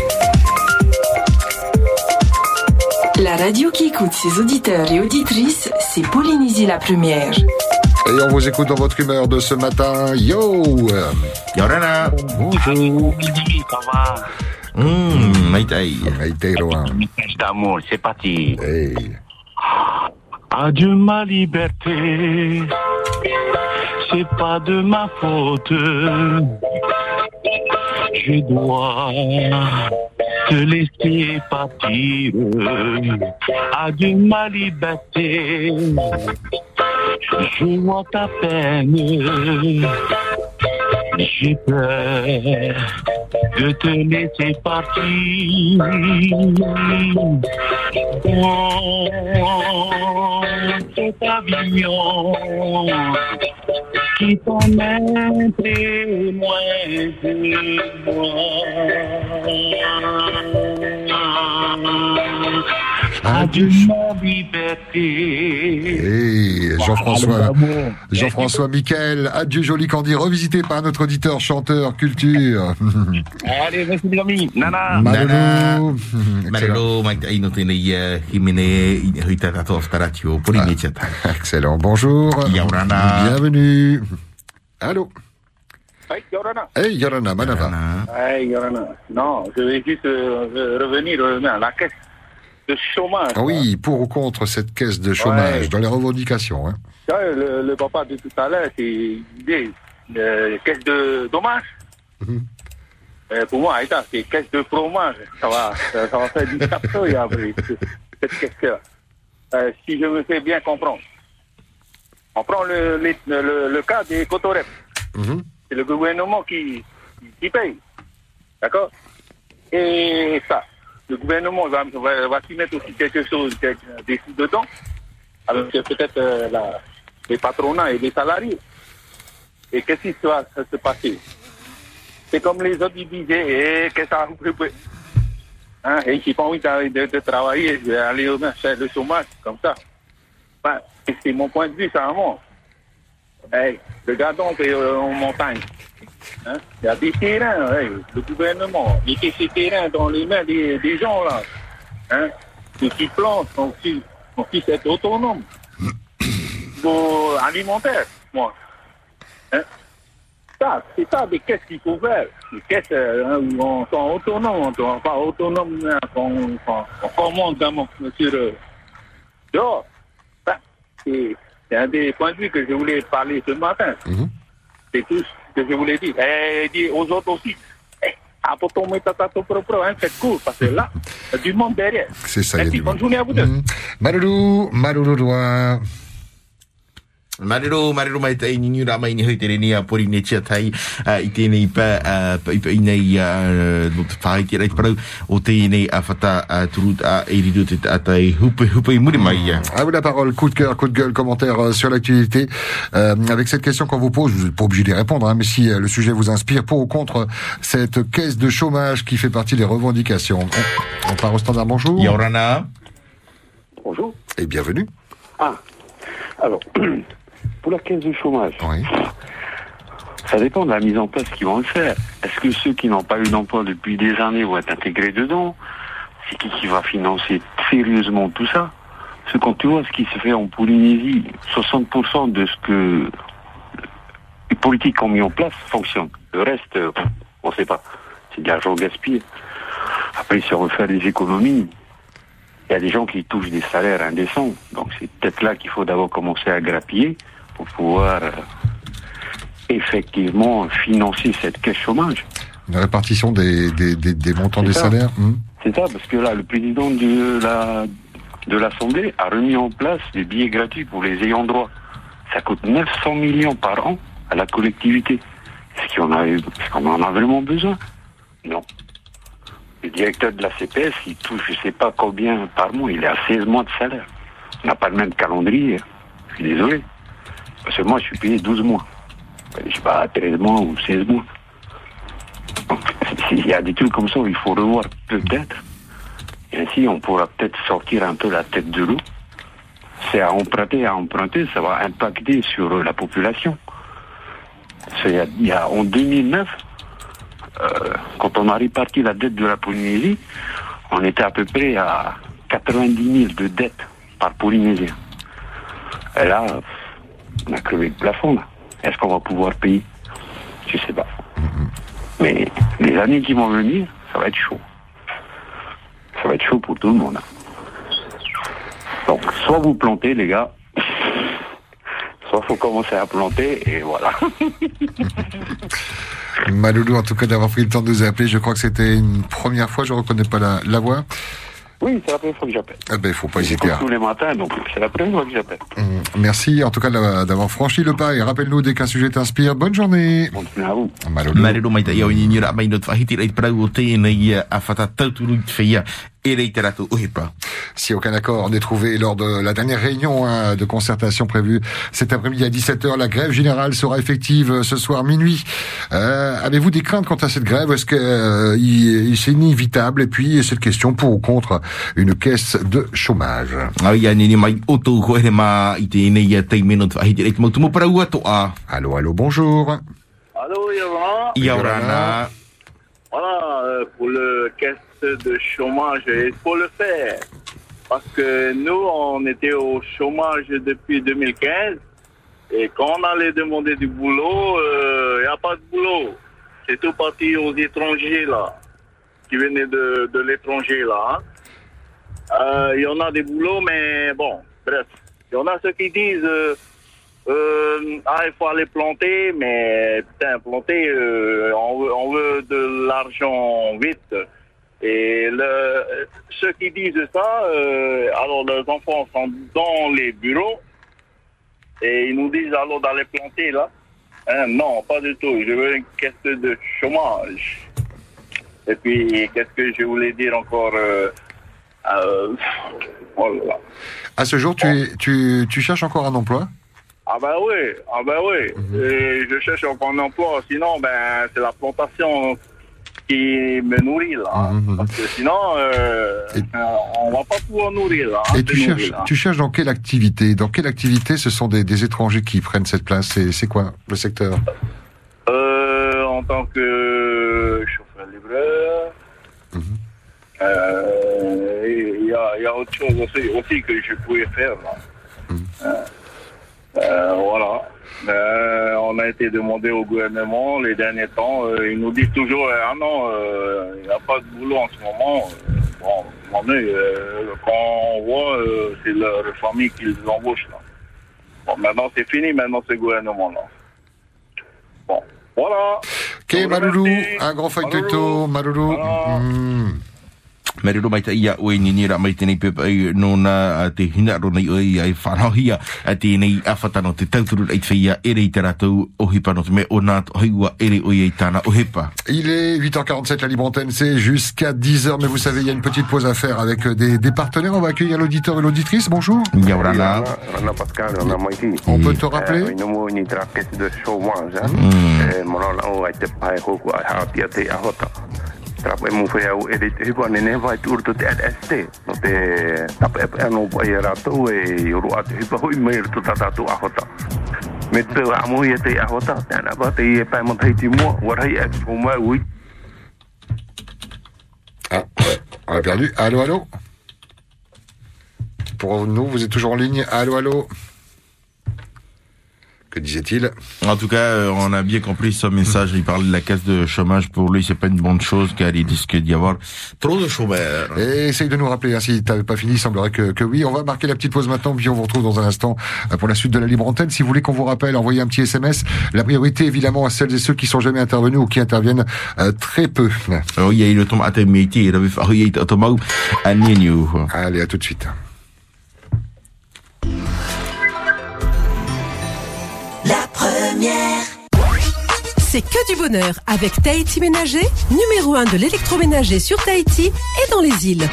La radio qui écoute ses auditeurs et auditrices, c'est Polynésie la première. Et on vous écoute dans votre humeur de ce matin. Yo Yorana. Bonjour. Ça va? Maïtaï. Maïtaï loin. Message d'amour, c'est parti. Hey. Adieu ma liberté, c'est pas de ma faute. Je dois te laisser partir. Adieu ma liberté, je vois ta peine. J'ai peur de te laisser partir. Dans cet avion qui t'emmène très loin de moi. Adieu ma liberté. Et Jean-François Michael, adieu joli Candy, revisité par notre auditeur, chanteur, culture. Allez, merci les amis. Nana. Malolo. Excellent. Bonjour. Yorana. Bienvenue. Allô. Hey, Yorana. Hey, Yorana, Manava. Hey, Yorana. Non, je vais juste revenir à la caisse. de chômage. Oui, pour ou contre cette caisse de chômage, Ouais. dans les revendications. Hein. Ouais, le papa de tout à l'heure, c'est l'idée, caisse de dommage. Pour moi, c'est caisse de fromage. Ça va faire du capteur après cette caisse-là. Si je me fais bien comprendre. On prend le cas des Cotorep. C'est le gouvernement qui paye. D'accord? Et ça, le gouvernement va s'y mettre aussi quelque chose dessus dedans. Alors c'est peut-être les patronats et les salariés. Et qu'est-ce qui va se passer? C'est comme les autres, ils disaient, qu'est-ce que ça hein, et j'ai pas envie de travailler, je vais aller faire le chômage, comme ça. Ben, c'est mon point de vue, ça, moi. Hey, regardons en montagne. Hein? Il y a des terrains, hey, le gouvernement, il met ces terrains dans les mains des gens, là. Hein? Ceux qui plantent sont aussi être autonomes. Pour alimentaire, moi. Hein? C'est ça des caisses qu'il faut faire. Des caisses où on sont autonomes, on ne pas autonome, on commande sur dehors. C'est un des points de vue que je voulais parler ce matin. C'est tout ce que je voulais dire. Et dire aux autres aussi, faites court, parce que là, il y a du monde derrière. C'est ça, il y a du bonne monde. journée à vous deux. Maruru doa. Marero mai tai ni ra mai ni hoi tere ni a pori ne tia tai I tēnei pa i nei no te whai te reit parau o tēnei a whata turut a e rido te atai hupe I muri mai ia. À vous la parole, coup de cœur, coup de gueule, commentaire sur l'actualité. Avec cette question qu'on vous pose, vous n'êtes pas obligé d'y répondre, hein, mais si le sujet vous inspire, pour ou contre cette caisse de chômage qui fait partie des revendications. On part au standard, bonjour. Yorana. Bonjour. Et bienvenue. Ah, alors, pour la caisse de chômage, ça dépend de la mise en place qu'ils vont le faire. Est-ce que ceux qui n'ont pas eu d'emploi depuis des années vont être intégrés dedans? C'est qui va financer sérieusement tout ça? Parce que quand tu vois ce qui se fait en Polynésie, 60% de ce que les politiques ont mis en place fonctionne. Le reste, on ne sait pas. C'est de l'argent gaspillé. Après, si on veut faire des économies, il y a des gens qui touchent des salaires indécents. Donc c'est peut-être là qu'il faut d'abord commencer à grappiller pour pouvoir effectivement financer cette caisse chômage. Une répartition des montants des salaires. C'est ça, parce que là, le président de l'Assemblée a remis en place des billets gratuits pour les ayants droit. Ça coûte 900 millions par an à la collectivité. Est-ce qu'on en a vraiment besoin? Non. Le directeur de la CPS, il touche je sais pas combien par mois, il est à 16 mois de salaire. On n'a pas le même calendrier. Je suis désolé. Parce que moi, je suis payé 12 mois. Je sais pas, 13 mois ou 16 mois. Donc, il y a des trucs comme ça où il faut revoir peut-être. Et ainsi, on pourra peut-être sortir un peu la tête de l'eau. C'est à emprunter, ça va impacter sur la population. En 2009, quand on a réparti la dette de la Polynésie, on était à peu près à 90 000 de dettes par Polynésien. Et là, on a crevé le plafond. Là. Est-ce qu'on va pouvoir payer? Je sais pas. Mais les années qui vont venir, ça va être chaud. Ça va être chaud pour tout le monde. Donc, soit vous plantez, les gars, soit il faut commencer à planter, et voilà. Maloulou, en tout cas, d'avoir pris le temps de nous appeler. Je crois que c'était une première fois, je ne reconnais pas la voix. Oui, c'est la première fois que j'appelle. Eh ben, il ne faut pas hésiter. Tous les matins, donc c'est la première fois que j'appelle. Merci, en tout cas, d'avoir franchi le pas. Et rappelle-nous dès qu'un sujet t'inspire. Bonne journée. Bonne journée à vous. Marero mai tai au ni ni ra mai no whahiti rei parau o tēnei a whatauturu I te whaia. Si aucun accord n'est trouvé lors de la dernière réunion de concertation prévue cet après-midi à 17h, la grève générale sera effective ce soir minuit. Avez-vous des craintes quant à cette grève? Est-ce que c'est inévitable? Et puis cette question pour ou contre une caisse de chômage. Allô, bonjour. Allô, Yorana. Voilà, pour le caisse de chômage, il faut le faire. Parce que nous, on était au chômage depuis 2015. Et quand on allait demander du boulot, il n'y a pas de boulot. C'est tout parti aux étrangers, là. Qui venaient de l'étranger, là. Hein. Il y en a des boulots, mais bon, bref. Il y en a ceux qui disent il faut aller planter, mais putain, planter, on veut de l'argent vite. Et ceux qui disent ça, alors les enfants sont dans les bureaux et ils nous disent alors d'aller planter là. Non, pas du tout. Je veux une question de chômage. Et puis, qu'est-ce que je voulais dire encore oh là là. À ce jour, tu cherches encore un emploi? Ah ben oui. Et je cherche encore un emploi. Sinon, c'est la plantation qui me nourrit là. Parce que sinon, on va pas pouvoir nourrir là. Et tu cherches dans quelle activité? Dans quelle activité ce sont des étrangers qui prennent cette place? C'est quoi le secteur? En tant que chauffeur-livreur. Il y a autre chose aussi que je pouvais faire là. Voilà. On a été demandé au gouvernement les derniers temps. Ils nous disent toujours non, il n'y a pas de boulot en ce moment. Bon, quand on voit, c'est leur famille qui les embauche là. Bon, maintenant c'est fini, maintenant c'est le gouvernement là. Bon, voilà. Ok, Maloulou, un grand feuille de taux, Maloulou. Merero mai ta ia oe ni nira mai tenei pepa ai nona te hina rona i oi ai whanahia a tēnei awhatano te tauturu ai whaia ere i te ratou ohipa no te me o nā hoiua ere oi ai tāna ohipa. Il est 8h47, la libre antenne, c'est jusqu'à 10h, mais vous savez, il y a une petite pause à faire avec des partenaires. On va accueillir l'auditeur et l'auditrice. Bonjour. Yaurana. Pascal, on peut te rappeler? Trapo mo foi au edit hipo nene vai turto te ST no te tap no vai rato e ro at hipo hoi mer to tatu ahota me te amo ye te ahota tana ba te e pa mo thai ti mo wa rai e ko ma oui. Ah, on a perdu. Allô. Pour nous, vous êtes toujours en ligne. Allô. Que disait-il? En tout cas, on a bien compris son message. Il parle de la caisse de chômage. Pour lui, c'est pas une bonne chose, car il risque d'y avoir trop de chômeurs. Et essaye de nous rappeler, hein, si t'avais pas fini, il semblerait que oui. On va marquer la petite pause maintenant, puis on vous retrouve dans un instant pour la suite de la libre antenne. Si vous voulez qu'on vous rappelle, envoyez un petit SMS. La priorité, évidemment, à celles et ceux qui sont jamais intervenus ou qui interviennent très peu. Allez, à tout de suite. La première. C'est que du bonheur avec Tahiti Ménager, numéro 1 de l'électroménager sur Tahiti et dans les îles.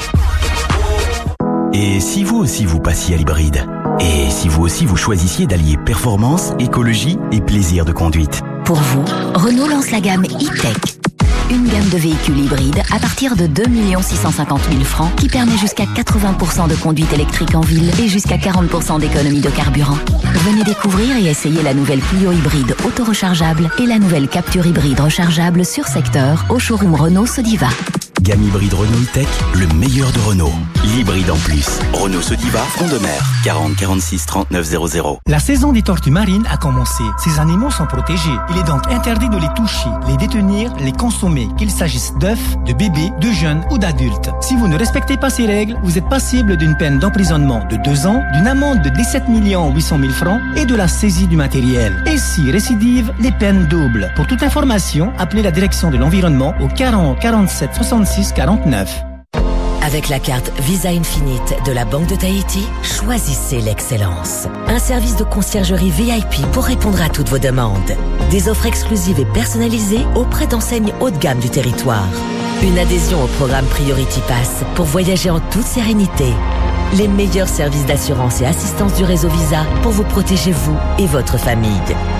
Et si vous aussi vous passiez à l'hybride? Et si vous aussi vous choisissiez d'allier performance, écologie et plaisir de conduite? Pour vous, Renault lance la gamme e-Tech. Une gamme de véhicules hybrides à partir de 2 650 000 francs qui permet jusqu'à 80% de conduite électrique en ville et jusqu'à 40% d'économie de carburant. Venez découvrir et essayer la nouvelle Clio hybride auto-rechargeable et la nouvelle Capture hybride rechargeable sur secteur au showroom Renault Sodiva. Gamme hybride Renault e-Tech, le meilleur de Renault. L'hybride en plus. Renault Sodiva, Front de Mer, 40 46 39 00. La saison des tortues marines a commencé. Ces animaux sont protégés. Il est donc interdit de les toucher, les détenir, les consommer, qu'il s'agisse d'œufs, de bébés, de jeunes ou d'adultes. Si vous ne respectez pas ces règles, vous êtes passible d'une peine d'emprisonnement de 2 ans, d'une amende de 17 800 000 francs et de la saisie du matériel. Et si récidive, les peines doubles. Pour toute information, appelez la direction de l'environnement au 40 47 66 49. Avec la carte Visa Infinite de la Banque de Tahiti, choisissez l'excellence. Un service de conciergerie VIP pour répondre à toutes vos demandes. Des offres exclusives et personnalisées auprès d'enseignes haut de gamme du territoire. Une adhésion au programme Priority Pass pour voyager en toute sérénité. Les meilleurs services d'assurance et assistance du réseau Visa pour vous protéger vous et votre famille.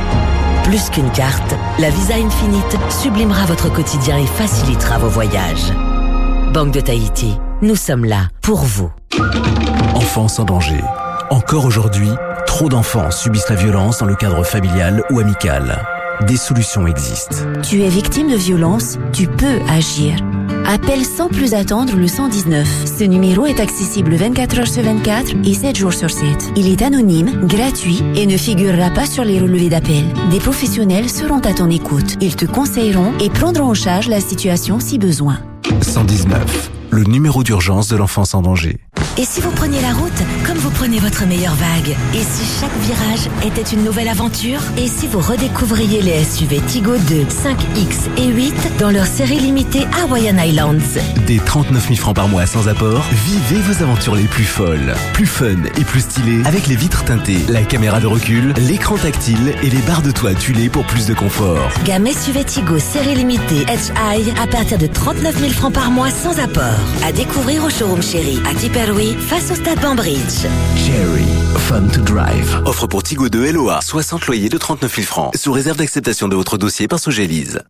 Plus qu'une carte, la Visa Infinite sublimera votre quotidien et facilitera vos voyages. Banque de Tahiti, nous sommes là pour vous. Enfants sans danger. Encore aujourd'hui, trop d'enfants subissent la violence dans le cadre familial ou amical. Des solutions existent. Tu es victime de violence, tu peux agir. Appelle sans plus attendre le 119. Ce numéro est accessible 24 heures sur 24 et 7 jours sur 7. Il est anonyme, gratuit et ne figurera pas sur les relevés d'appel. Des professionnels seront à ton écoute. Ils te conseilleront et prendront en charge la situation si besoin. 119, le numéro d'urgence de l'enfant sans danger. Et si vous preniez la route comme vous prenez votre meilleure vague? Et si chaque virage était une nouvelle aventure? Et si vous redécouvriez les SUV Tigo 2, 5X et 8 dans leur série limitée Hawaiian Islands? Des 39 000 francs par mois sans apport, vivez vos aventures les plus folles. Plus fun et plus stylées avec les vitres teintées, la caméra de recul, l'écran tactile et les barres de toit tuilées pour plus de confort. Gamme SUV Tigo série limitée Edge High à partir de 39 000 francs par mois sans apport. À découvrir au showroom Chéri à Tipperary face au stade Banbridge. Cherry, fun to drive. Offre pour Tigo 2 LOA, 60 loyers de 39 000 francs. Sous réserve d'acceptation de votre dossier par Sogélise.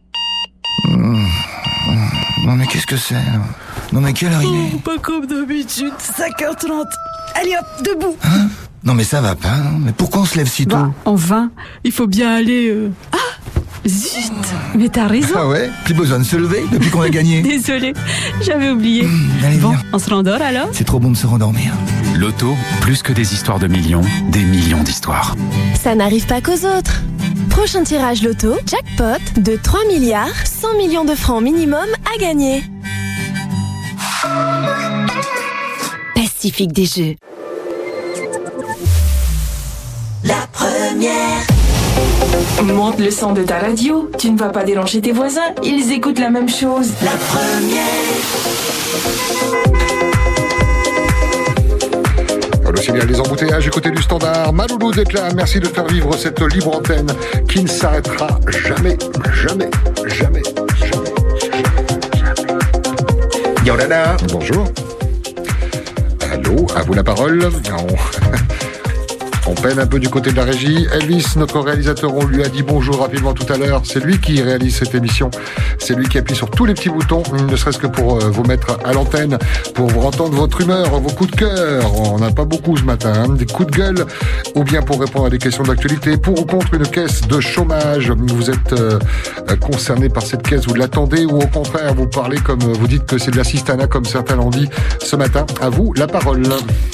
Non mais qu'est-ce que c'est? Non mais quelle heure il est? Pas comme d'habitude, 5h30. Allez hop, debout. Hein? Non mais ça va pas, non? Mais pourquoi on se lève si tôt? Enfin, il faut bien aller... Ah, zut, mais t'as raison. Ah ouais? Plus besoin de se lever depuis qu'on a gagné. Désolée, j'avais oublié. Allez, bon, viens. on se rendort alors? C'est trop bon de se rendormir. Loto, plus que des histoires de millions, des millions d'histoires. Ça n'arrive pas qu'aux autres. Prochain tirage loto, jackpot de 3 milliards, 100 millions de francs minimum à gagner. Pacifique des Jeux. La première. Monte le son de ta radio. Tu ne vas pas déranger tes voisins. Ils écoutent la même chose. La première. Le signal des embouteillages du côté du standard. Maloulou d'être là, merci de faire vivre cette libre antenne qui ne s'arrêtera jamais, jamais, jamais, jamais, jamais. Yorana. Bonjour. Allô, à vous la parole. On peine un peu du côté de la régie. Elvis, notre réalisateur, on lui a dit bonjour rapidement tout à l'heure. C'est lui qui réalise cette émission. C'est lui qui appuie sur tous les petits boutons, ne serait-ce que pour vous mettre à l'antenne, pour vous entendre votre humeur, vos coups de cœur. On n'a pas beaucoup ce matin, hein. Des coups de gueule, ou bien pour répondre à des questions d'actualité, pour ou contre une caisse de chômage. Vous êtes concerné par cette caisse, vous l'attendez, ou au contraire, vous parlez comme vous dites que c'est de l'assistanat, comme certains l'ont dit ce matin. À vous la parole.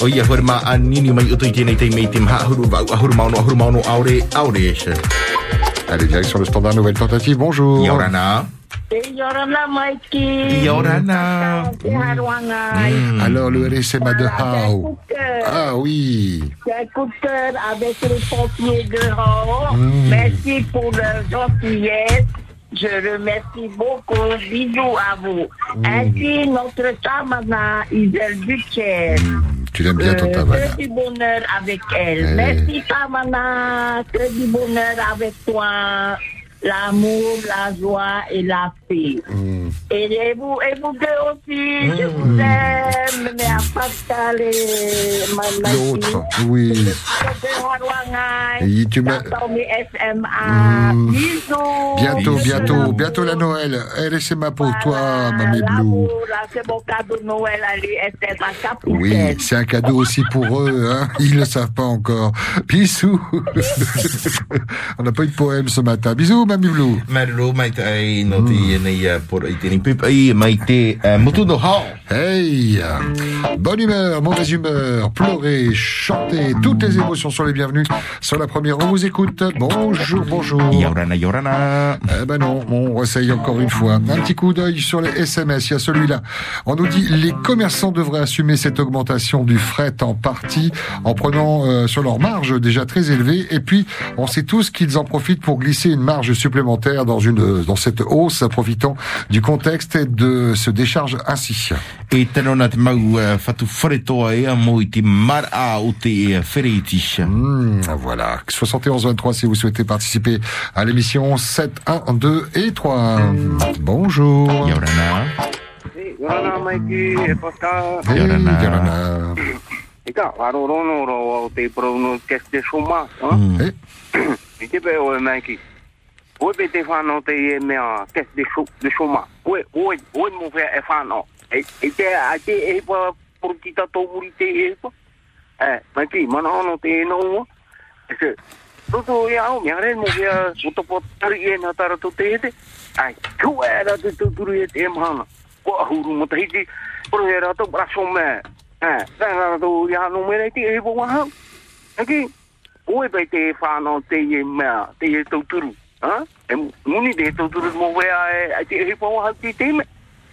Allez, direction le standard, nouvelle tentative, bonjour. Yorana. Yorana Mikey. Yorana. Alors, le RSMA de How. Ah oui. C'est un coup de cœur avec les pompiers de How. Merci pour leur gentillesse. Je remercie beaucoup. Bisous à vous. Ainsi, notre Tamana Isel Butcher. Tu l'aimes bien, ton Tamana. Que du bonheur avec elle. Merci, Tamana. Que du bonheur avec toi. L'amour, la joie et la paix. Et vous deux aussi, je vous aime. Mais à Pascal et l'autre, oui. Et tu m'as... SMA. Bisous. Bientôt la Noël. RSMA pour toi, Mamie Blue. C'est mon cadeau de Noël, allez, SMA Capitaine. Oui, c'est un cadeau aussi pour eux, hein. Ils le savent pas encore. Bisous. On n'a pas eu de poème ce matin. Bisous, Mamie Blue. Marlo, maite ai no te nei por itini pip ai maite mutuno ha. Hey, bonne humeur, mauvaise humeur, pleurer, chanter, toutes les émotions sont les bienvenues. Sur la première, on vous écoute. Bonjour, bonjour. Yorana, Yorana. Eh ben non, on essaye encore une fois. Un petit coup d'œil sur les SMS, il y a celui-là. On nous dit, les commerçants devraient assumer cette augmentation du fret en partie, en prenant sur leur marge déjà très élevée. Et puis, on sait tous qu'ils en profitent pour glisser une marge supplémentaire dans cette hausse, profitant du contexte et de se décharge ainsi. Et talonat mau fatu foretoa e mo iti mar a uti feritish. Voilà. 71-23 si vous souhaitez participer à l'émission 7, 1, 2 et 3. Bonjour. Yorana. Yorana, Mikey, et Pascal. Yorana. Ika, varorono ro te prono caisse de chômage, hein? Ite pe o Mikey. Oi pe te fano te e mea caisse de chômage. Oi mo fe e fano. Ite e pa portita to burite e pa. Mikey, mano te no. Ese toto ya o miare mo fe uto potari e na tara to te. Ai, ku era te tuturu e mano. Ko huru mo te hiti pro era to braço me. Danga to ya no me te e bo ha. Aqui, oi pe te fano te e mea te e tuturu. Muni de tuturu mo ve a te e po ha te me.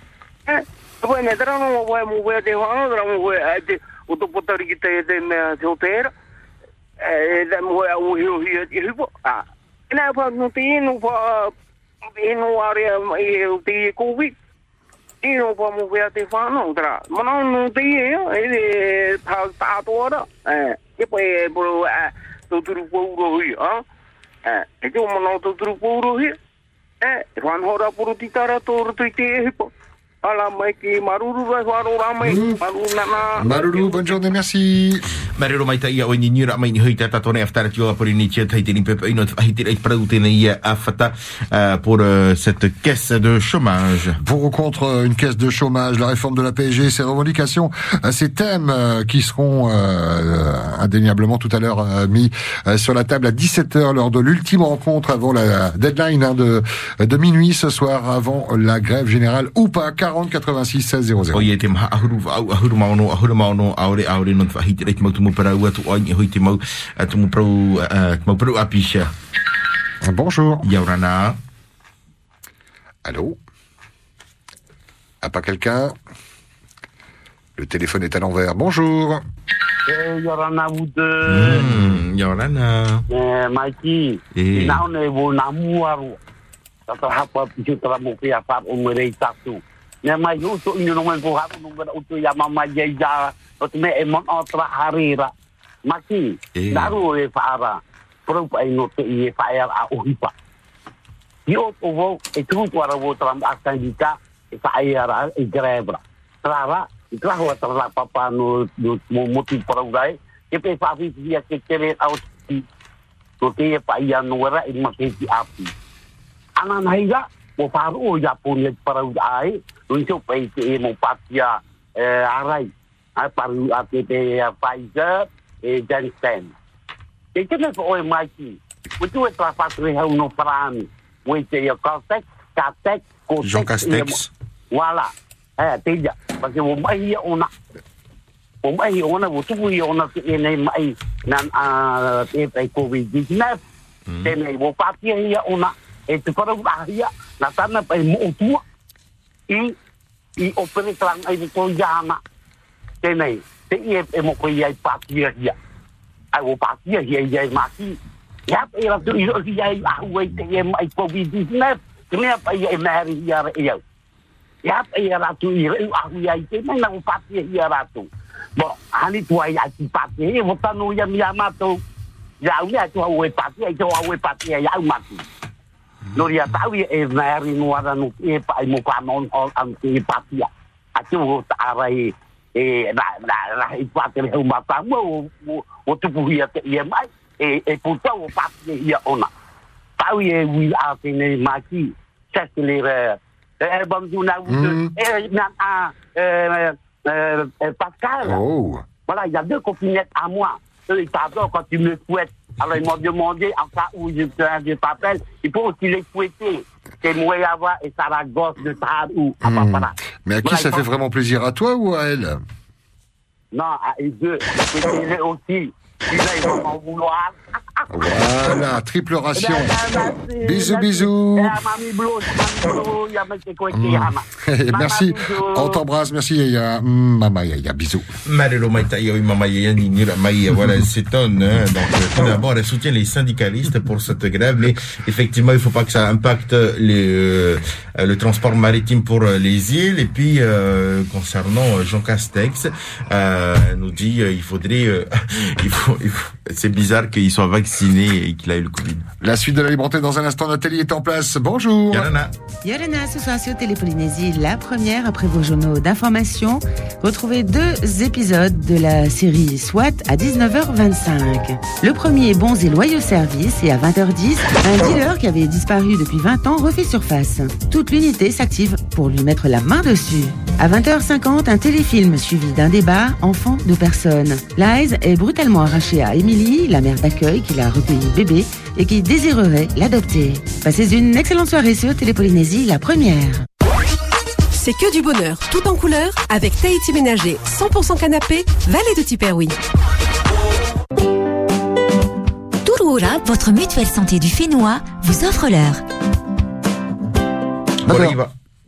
Poi ne trano vuoi muovere te fanno trano vuoi o dopo tarigite de me hotel da vuoi a uhi e hipo na fa no tino fa ino area e ti covid ino fa muovere te fanno tra ma non ti e ta to e poi bro tutto puro hi e tu mo no tutto puro hi fan hora puro titara to ti hipo. Maruru, bonne journée, merci. Maruru mai tai o ni nira mai ni hoi tata tone after tu pour ni tia tai ni pepe ino hiti ai produire ni afata pour cette caisse de chômage. Pour ou contre une caisse de chômage, la réforme de la PSG, ces revendications, ces thèmes qui seront indéniablement tout à l'heure mis sur la table à 17h lors de l'ultime rencontre avant la deadline de minuit ce soir, avant la grève générale ou pas. 40 86 16 00. Oye te maha ahuru maono aure non fa hiti reit mau tu mo para ua tu oi hoi te mau tu mo pro apisha. Bonjour. Yaurana. Allô? Ah, pas quelqu'un? Le téléphone est à l'envers. Bonjour. Yaurana wude. Yaurana. Mikey. Now ne wo namuaru. Tata hapa pijutara mo pia pa umere tatu. Ne mai yo to ino no po ha no ngara utu ya mama ya o me e mon otra harira. Maki. Daru e para. Pro pa ino te e fa ya a uhipa. Yo to vo e tu to ara vo tram akandika e fa ya ra e grebra. Trava e traho tra papa no moti para udai. E pe fa fi dia ke kere au to te pa ya no ra e maketi api. Ana naiga mo faru ya punya para udai untuk PTE mo patia arai paru ATP Pfizer Janssen itu ne oi maki itu tra patri ha no prami we te ya Castex Jean Castex wala tidak bagi mo mai ona mo tu ona ne mai nan COVID-19 tene mo patia ya ona itu para bahaya natana pa mo tua i opere tlang ai ko jama tenai te e mo ko yai patia ya ai wo patia yai maki ya e la tu yai ai te ai COVID-19 kene pa yai mari ya ya e la tu yai te na wo patia ya ratu bo ani tu ai patia wo tanu ya mato ya uya tu wo patia ya maki Noria tahu e mari no ara no e pa mo pa non an ti patia atu arai la i patia o mata mo o tu puia te e mai e puta o patia ia ona tahu e wi a tene maki setler bam du na Pascal voilà il y a deux copinettes à moi eux ils t'adorent quand tu me fouettes. Alors, ils m'ont demandé, en cas où je t'appelle, il faut aussi les fouetter. C'est Moyava et Saragosse de Tahar ou à Papara. Mais à qui ça fait vraiment plaisir, à toi ou à elle? Non, à eux deux. C'est aussi. Puis là, ils vont m'en vouloir. Voilà, triple ration. Bisous, bisous. Merci, on t'embrasse, merci Yaya. Mama Yaya, bisous. Marero Maïtaïa, Mama Yaya, Ninira Maïa, voilà, elle s'étonne. Donc, tout d'abord, elle soutient les syndicalistes pour cette grève, mais effectivement, il ne faut pas que ça impacte le transport maritime pour les îles. Et puis, concernant Jean Castex, nous dit, il faudrait, c'est bizarre qu'il soit vacciné et qu'il a eu le Covid. La suite de la Libre Antenne dans un instant. Nathalie est en place. Bonjour. Yorana. Yorana, ce soir sur Télépolynésie, la première après vos journaux d'information. Retrouvez 2 épisodes de la série SWAT à 19h25. Le premier, Bons et loyaux services, et à 20h10, un dealer qui avait disparu depuis 20 ans refait surface. Toute l'unité s'active pour lui mettre la main dessus. À 20h50, un téléfilm suivi d'un débat enfant de personnes. Lize est brutalement arrachée à Emily, la mère d'accueil qui l'a recueilli bébé et qui désirerait l'adopter. Passez une excellente soirée sur Télépolynésie, la première. C'est que du bonheur, tout en couleur, avec Tahiti Ménager, 100% canapé, Vallée de Tiperoui. Touroura, votre mutuelle santé du Fénois, vous offre l'heure. Boriva.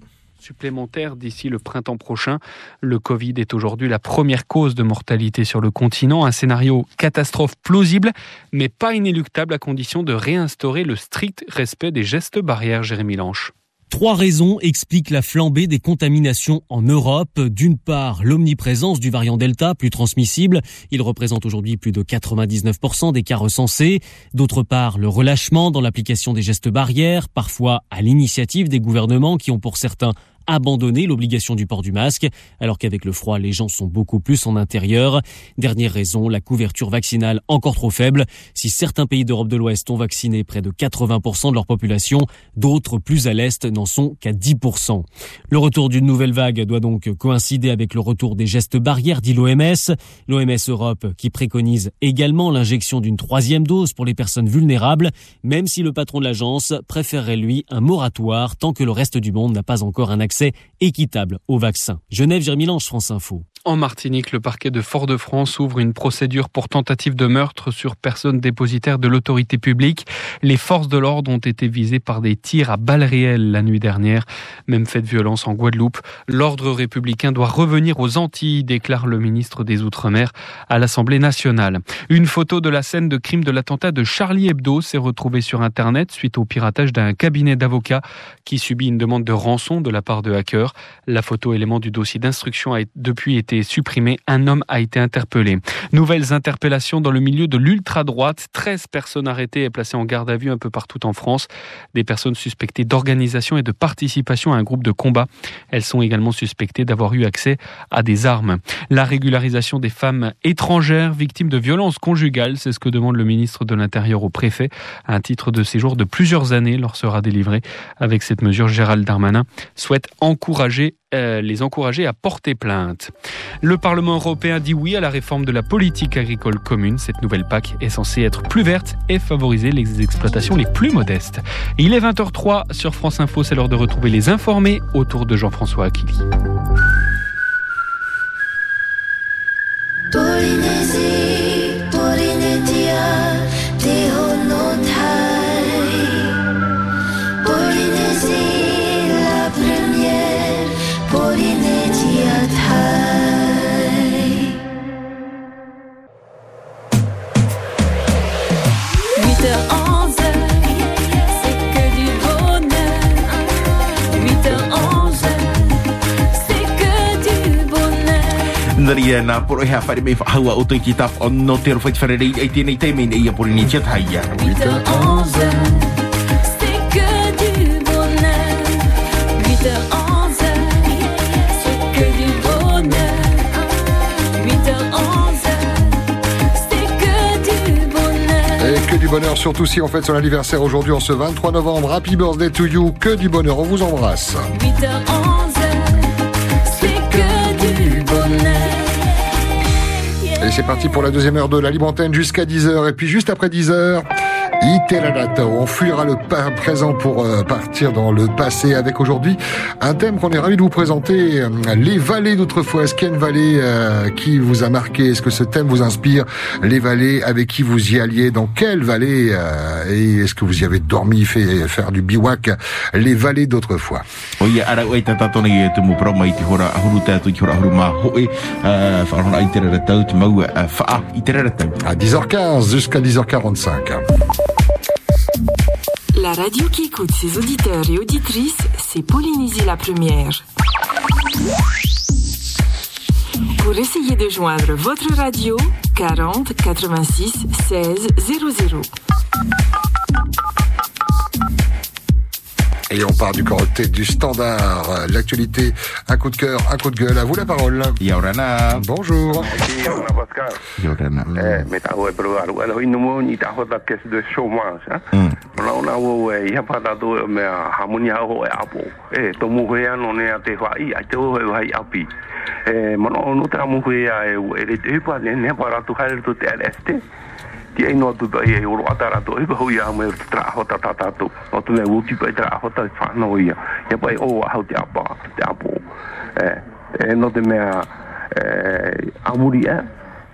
supplémentaires d'ici le printemps prochain. Le Covid est aujourd'hui la première cause de mortalité sur le continent. Un scénario catastrophe plausible, mais pas inéluctable à condition de réinstaurer le strict respect des gestes barrières, Jérémy Lanche. 3 raisons expliquent la flambée des contaminations en Europe. D'une part, l'omniprésence du variant Delta, plus transmissible. Il représente aujourd'hui plus de 99% des cas recensés. D'autre part, le relâchement dans l'application des gestes barrières, parfois à l'initiative des gouvernements qui ont pour certains abandonner l'obligation du port du masque, alors qu'avec le froid, les gens sont beaucoup plus en intérieur. Dernière raison, la couverture vaccinale encore trop faible. Si certains pays d'Europe de l'Ouest ont vacciné près de 80% de leur population, d'autres plus à l'Est n'en sont qu'à 10%. Le retour d'une nouvelle vague doit donc coïncider avec le retour des gestes barrières, dit l'OMS. L'OMS Europe qui préconise également l'injection d'une 3e dose pour les personnes vulnérables, même si le patron de l'agence préférerait lui un moratoire tant que le reste du monde n'a pas encore un accès équitable au vaccin. Genève, Jérémy Lange, France Info. En Martinique, le parquet de Fort-de-France ouvre une procédure pour tentative de meurtre sur personne dépositaire de l'autorité publique. Les forces de l'ordre ont été visées par des tirs à balles réelles la nuit dernière. Même fait de violence en Guadeloupe. L'ordre républicain doit revenir aux Antilles, déclare le ministre des Outre-mer à l'Assemblée nationale. Une photo de la scène de crime de l'attentat de Charlie Hebdo s'est retrouvée sur Internet suite au piratage d'un cabinet d'avocats qui subit une demande de rançon de la part de hackers. La photo élément du dossier d'instruction a depuis été supprimée. Un homme a été interpellé. Nouvelles interpellations dans le milieu de l'ultra-droite. 13 personnes arrêtées et placées en garde à vue un peu partout en France. Des personnes suspectées d'organisation et de participation à un groupe de combat. Elles sont également suspectées d'avoir eu accès à des armes. La régularisation des femmes étrangères victimes de violences conjugales, c'est ce que demande le ministre de l'Intérieur au préfet. Un titre de séjour de plusieurs années leur sera délivré. Avec cette mesure, Gérald Darmanin souhaite les encourager à porter plainte. Le Parlement européen dit oui à la réforme de la politique agricole commune. Cette nouvelle PAC est censée être plus verte et favoriser les exploitations les plus modestes. Il est 20h03 sur France Info, c'est l'heure de retrouver les informés autour de Jean-François Akili. Na por ha fa me hawa o toi kitap on no ter fait faire les été été mais il y a pour une chat haya 8h11 c'est que du bonheur 8h11 c'est que du bonheur 8h11 c'est que du bonheur et que du bonheur surtout si on fête son anniversaire aujourd'hui en ce 23 novembre. Happy birthday to you, que du bonheur, on vous embrasse. 8h11 c'est que du bonheur. Et c'est parti pour la deuxième heure de la Libre Antenne jusqu'à 10h. Et puis juste après 10h, Iteradato. On fuira le présent pour partir dans le passé avec aujourd'hui un thème qu'on est ravi de vous présenter, les vallées d'autrefois. Est-ce qu'il y a une vallée qui vous a marqué? Est-ce que ce thème vous inspire? Les vallées avec qui vous y alliez? Dans quelle vallée? Et est-ce que vous y avez dormi, fait faire du bivouac? Les vallées d'autrefois. Oui, ara oi tata ni tu mo proma i hora ahuruta tu hora huruma hoi fa hora Iteradato tu mau fa Iteradato à 10h15 jusqu'à 10h45. La radio qui écoute ses auditeurs et auditrices, c'est Polynésie la première. Pour essayer de joindre votre radio, 40 86 16 00. Et on part du côté du standard. L'actualité, un coup de cœur, un coup de gueule. À vous la parole. Yorana. Bonjour. Yorana. Mais t'as ouais, bro, alors il nous dit t'as la caisse de chômage, hein. On a ouais, il y a pas d'ado mais harmonia au apo. To mourir on est à te vai, à te vai api. Mon on t'a mourir et pas ne pas tout faire tout LST. Ti no tu e o atara to e ho ia me tra hota tatato o tu e u ti pe tra hota fa no ia e poi o ha ti apo no te me amuri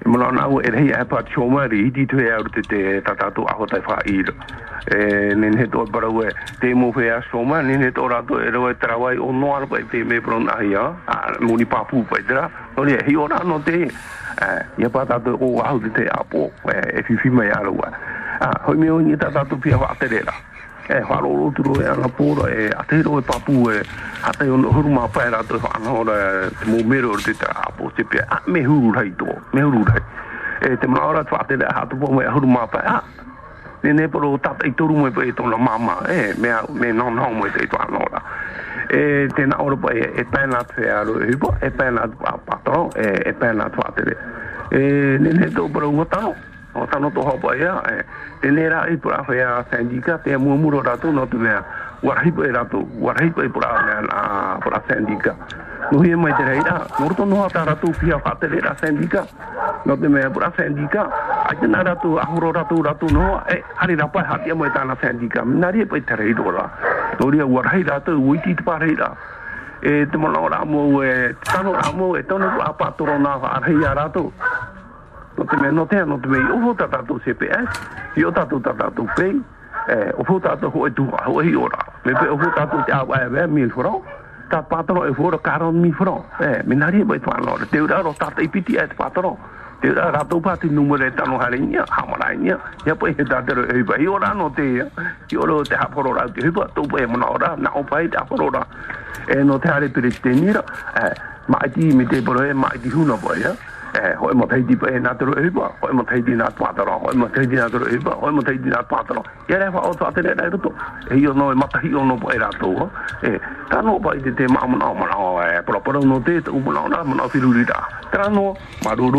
Mona na o e hei pa choma ri di tu e te tatato a hota fa ir. Nen to para we te mo fe a soma nen to ra to e ro trawai o no ar pa te me pro na ia muni pa pu pa dra. O le hi ora no te ia pa tato o au te apo e fi mai alo wa. Hoi me o ni tatato pia wa te ra. Wharo turu e ana pōra e atero e papu e ate o huruma pae rato whanora te mō mero o te apo te pia me huru rai tō, me huru rai te manaora tu ate le hatu po me huruma pae ne poro tata i toru mo e tōna mama me non mo e te whanora te na ora pae e pēna te aro e hupo e pēna patro e pēna tu ate le ne tō poro ngotano o tano to hopa ia tenera i pura fea sindika te muamuro rato no te mea warhipa e pura na pura sindika no hi mai te reira norto no ata rato pia fatera sindika no te mea pura sindika ai na rato ahuro rato no hari rapa hati mo tana sindika nari pe te reira ora toria warhai rato uiti te pareira te monora mo tano amo tono apa torona hari rato no te me o tatu CPS io tatu pay o tatu ho tu ho hi ora me pe o tatu ta wa 1000 francs ta patro e foro 40000 francs me nari ba tu no te ora ro ta IPTS patro te ora rato pati numero tano harinya hamaranya ya pe ta te ba ora no te io te ha foro ra te ba tu pe mo ora na o pai ta foro ra no te hare per tenira ma ti mi te bro ma ti huno boy hoi mo tai di pa na tro e ba hoi mo tai di na patro hoi mo tai di na tro e ba hoi mo tai di na patro ya re fa o sa te re to e io no ma tai no po era to ta no pa di te ma no proprio no te u no filurita tra no maruru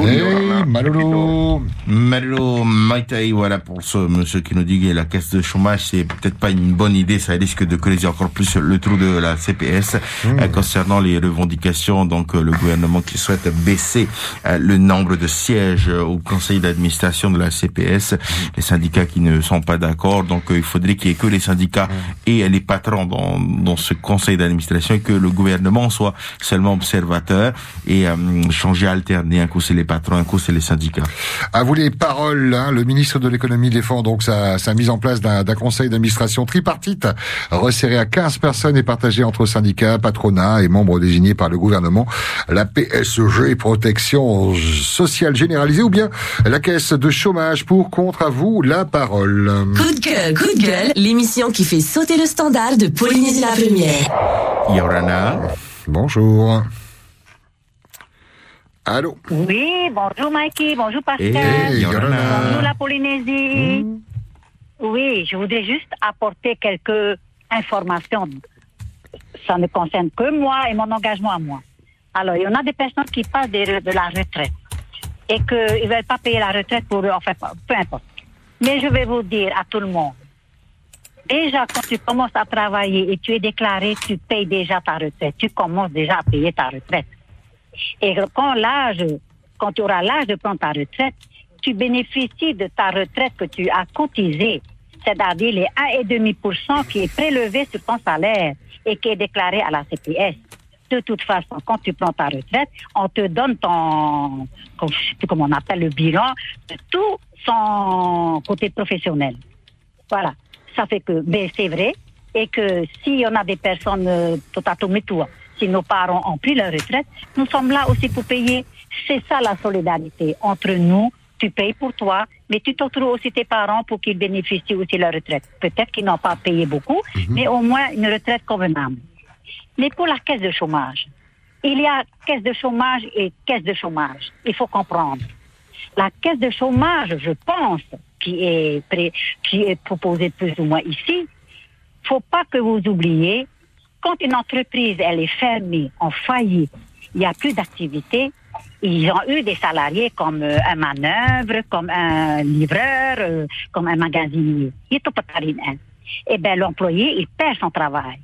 Maïtaï, voilà pour ce monsieur qui nous dit que la caisse de chômage c'est peut-être pas une bonne idée, ça risque de creuser encore plus le trou de la CPS concernant les revendications, donc le gouvernement qui souhaite baisser le nombre de sièges au conseil d'administration de la CPS, les syndicats qui ne sont pas d'accord, donc il faudrait qu'il y ait que les syndicats et les patrons dans ce conseil d'administration et que le gouvernement soit seulement observateur et changer, alterner, un coup c'est les patrons, un coup c'est les syndicats. À vous les paroles, hein, le ministre de l'économie défend donc sa mise en place d'un conseil d'administration tripartite resserré à 15 personnes et partagé entre syndicats, patronat et membres désignés par le gouvernement, la PSG, protection sociale généralisée, ou bien la caisse de chômage pour contre. À vous la parole. Coup de gueule, l'émission qui fait sauter le standard de Polynésie la Première. Yorana. Bonjour. Allô? Oui, bonjour Mikey, bonjour Pascal. Bonjour la Polynésie. Oui, je voudrais juste apporter quelques informations. Ça ne concerne que moi et mon engagement à moi. Alors, il y en a des personnes qui passent de la retraite et qu'ils ne veulent pas payer la retraite pour eux, enfin, peu importe. Mais je vais vous dire à tout le monde, déjà quand tu commences à travailler et tu es déclaré, tu payes déjà ta retraite. Tu commences déjà à payer ta retraite. Et quand tu auras l'âge de prendre ta retraite, tu bénéficies de ta retraite que tu as cotisée, c'est-à-dire les 1,5% qui est prélevé sur ton salaire et qui est déclaré à la CPS. De toute façon, quand tu prends ta retraite, on te donne ton, je sais plus comment on appelle, le bilan de tout son côté professionnel. Voilà. Ça fait que, ben, c'est vrai, et que s'il y en a des personnes, si nos parents ont pris leur retraite, nous sommes là aussi pour payer. C'est ça la solidarité. Entre nous, tu payes pour toi, mais tu te retrouves aussi tes parents pour qu'ils bénéficient aussi de leur retraite. Peut-être qu'ils n'ont pas payé beaucoup, mais au moins une retraite convenable. Mais pour la caisse de chômage, il y a caisse de chômage et caisse de chômage. Il faut comprendre. La caisse de chômage, je pense, qui est proposée plus ou moins ici, faut pas que vous oubliez, quand une entreprise, elle est fermée, en faillite, il n'y a plus d'activité, ils ont eu des salariés comme un manœuvre, comme un livreur, comme un magasinier. Eh bien, l'employé, il perd son travail.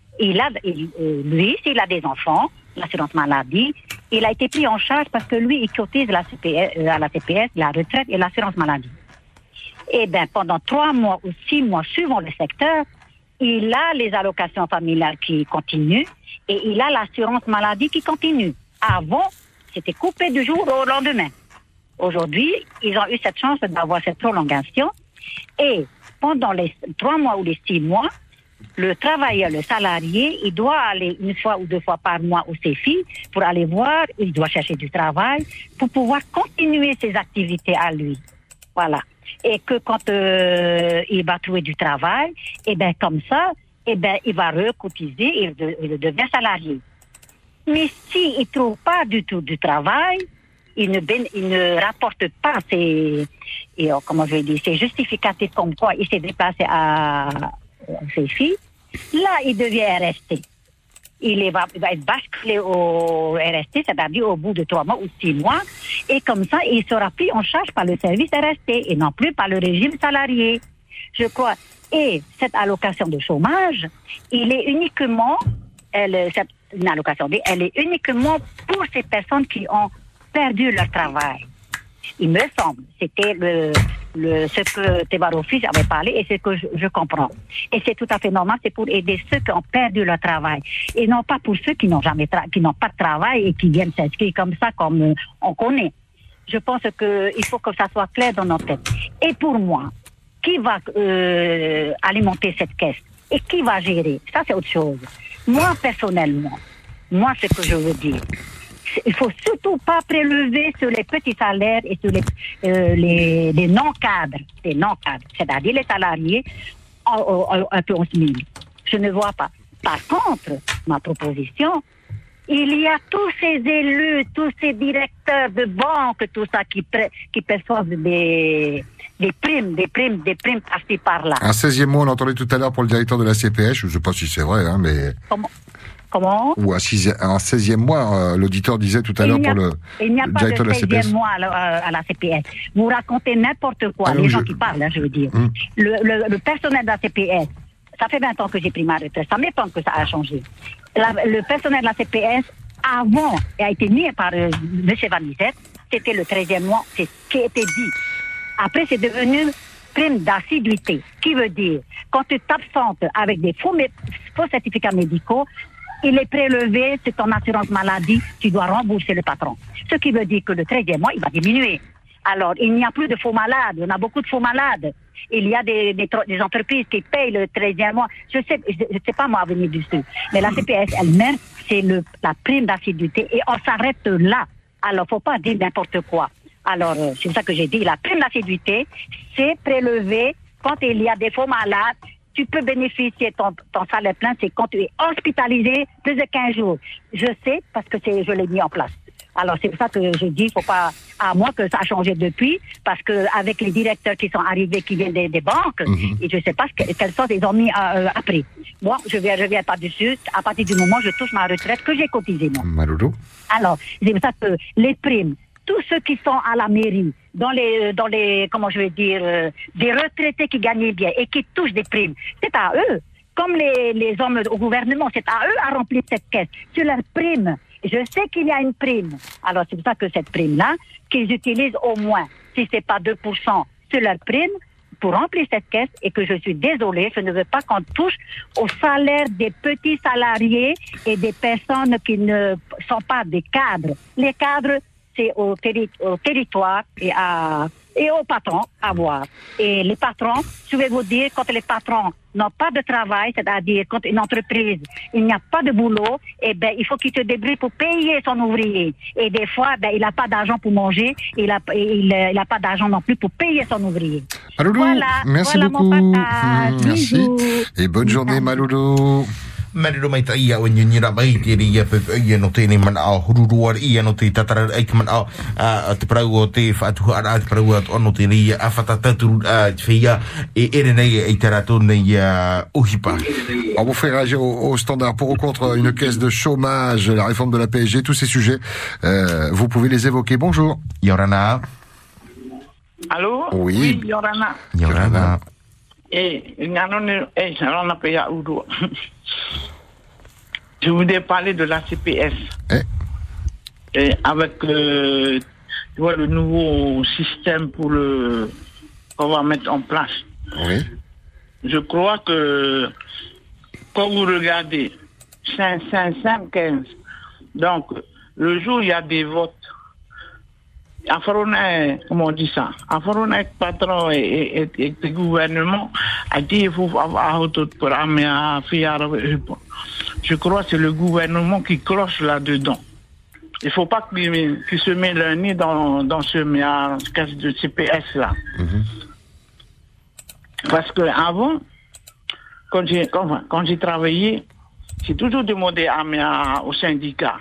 Lui, s'il a des enfants, l'assurance maladie, il a été pris en charge parce que lui, il cotise à la CPS, la retraite et l'assurance maladie. Eh bien, pendant 3 mois ou 6 mois, suivant le secteur, il a les allocations familiales qui continuent et il a l'assurance maladie qui continue. Avant, c'était coupé du jour au lendemain. Aujourd'hui, ils ont eu cette chance d'avoir cette prolongation. Et pendant les 3 mois ou les 6 mois, le travailleur, le salarié, il doit aller 1 fois ou 2 fois par mois au CEFI pour aller voir, il doit chercher du travail pour pouvoir continuer ses activités à lui. Voilà. Et que quand il va trouver du travail, et bien comme ça, et ben il va recotiser, il devient salarié. Mais s'il ne trouve pas du tout du travail, il ne rapporte pas ses justificatifs comme quoi il s'est déplacé à ses filles, là il devient RST. Il va être basculé au RST, c'est-à-dire au bout de 3 mois ou 6 mois, et comme ça il sera pris en charge par le service RST et non plus par le régime salarié. Je crois. Et cette allocation de chômage, elle est uniquement pour ces personnes qui ont perdu leur travail. Il me semble, c'était ce que Tevarofis avait parlé et ce que je comprends. Et c'est tout à fait normal, c'est pour aider ceux qui ont perdu leur travail et non pas pour ceux qui n'ont pas de travail et qui viennent s'inscrire comme ça, comme on connaît. Je pense qu'il faut que ça soit clair dans nos têtes. Et pour moi, qui va alimenter cette caisse et qui va gérer? Ça, c'est autre chose. Moi, personnellement, ce que je veux dire, il faut surtout pas prélever sur les petits salaires et sur les non-cadres, c'est-à-dire les salariés un peu en SMIC. Je ne vois pas. Par contre, ma proposition, il y a tous ces élus, tous ces directeurs de banque, tout ça qui perçoivent des primes par-ci par-là. Un 16e mois, on l'entendait tout à l'heure pour le directeur de la CPS, je ne sais pas si c'est vrai, mais... Comment? Ou un 16e mois, l'auditeur disait tout à l'heure pour le directeur de la CPS. Il n'y a pas de 16e mois à la CPS. Vous racontez n'importe quoi, les gens qui parlent, je veux dire. Le personnel de la CPS, ça fait 20 ans que j'ai pris ma retraite, ça m'étonne que ça a changé. Le personnel de la CPS, avant, a été mis par M. Van Lisset, c'était le 13e mois, c'est ce qui a été dit. Après, c'est devenu prime d'assiduité, qui veut dire, quand tu t'absentes avec des faux certificats médicaux, il est prélevé sur ton assurance maladie, tu dois rembourser le patron. Ce qui veut dire que le 13e mois, il va diminuer. Alors, il n'y a plus de faux malades, on a beaucoup de faux malades. Il y a des entreprises qui payent le 13e mois. Je sais pas moi venir dessus. Mais la CPS elle-même, c'est la prime d'assiduité et on s'arrête là. Alors, faut pas dire n'importe quoi. Alors, c'est ça que j'ai dit. La prime d'assiduité, c'est prélevé quand il y a des faux malades. Tu peux bénéficier ton salaire plein, c'est quand tu es hospitalisé plus de 15 jours. Je sais parce que je l'ai mis en place. Alors c'est pour ça que je dis, faut pas, à moi que ça a changé depuis, parce que avec les directeurs qui sont arrivés, qui viennent des banques, et je sais pas quelle sorte ils ont mis après. Moi, je viens pas dessus. À partir du moment où je touche ma retraite que j'ai cotisé, moi. Maloulou. Alors c'est pour ça que les primes, tous ceux qui sont à la mairie, dans les comment je vais dire, des retraités qui gagnent bien et qui touchent des primes, c'est à eux. Comme les hommes au gouvernement, c'est à eux à remplir cette caisse. Sur leurs primes, je sais qu'il y a une prime. Alors c'est pour ça que cette prime-là, qu'ils utilisent au moins, si c'est pas 2% sur leur prime, pour remplir cette caisse, et que je suis désolée, je ne veux pas qu'on touche au salaire des petits salariés et des personnes qui ne sont pas des cadres. Les cadres, c'est au territoire et aux patrons à voir. Et les patrons, je vais vous dire, quand les patrons n'ont pas de travail, c'est-à-dire quand une entreprise, il n'y a pas de boulot, eh ben, il faut qu'il se débrouille pour payer son ouvrier. Et des fois, ben, il n'a pas d'argent pour manger, il n'a pas d'argent non plus pour payer son ouvrier. Maloulou, merci beaucoup. Merci. Et bonne journée, Maloulou. Mari mai ta ia o nyira mai te ria pe ia no te ni man a hururuar ia no te tatara ai man a te prau o te fatu ara te prau o no te ria a fatatatu fia et ere nei e terato nei ohipa. On vous fait réagir au standard pour ou contre une caisse de chômage, la réforme de la PSG, tous ces sujets, vous pouvez les évoquer. Bonjour. Yorana. Allô? Oui. Yorana. Yorana. Je voulais parler de la CPS. Et avec tu vois, le nouveau système qu'on va mettre en place. Oui. Je crois que quand vous regardez 5-5-5-15, donc le jour où il y a des votes, comment on dit ça? Afaronais patron et le gouvernement a dit il faut avoir autre pour je crois que c'est le gouvernement qui cloche là-dedans. Il ne faut pas qu'il se met le nez dans ce casse de CPS là. Parce que avant, quand j'ai travaillé, j'ai toujours demandé au syndicat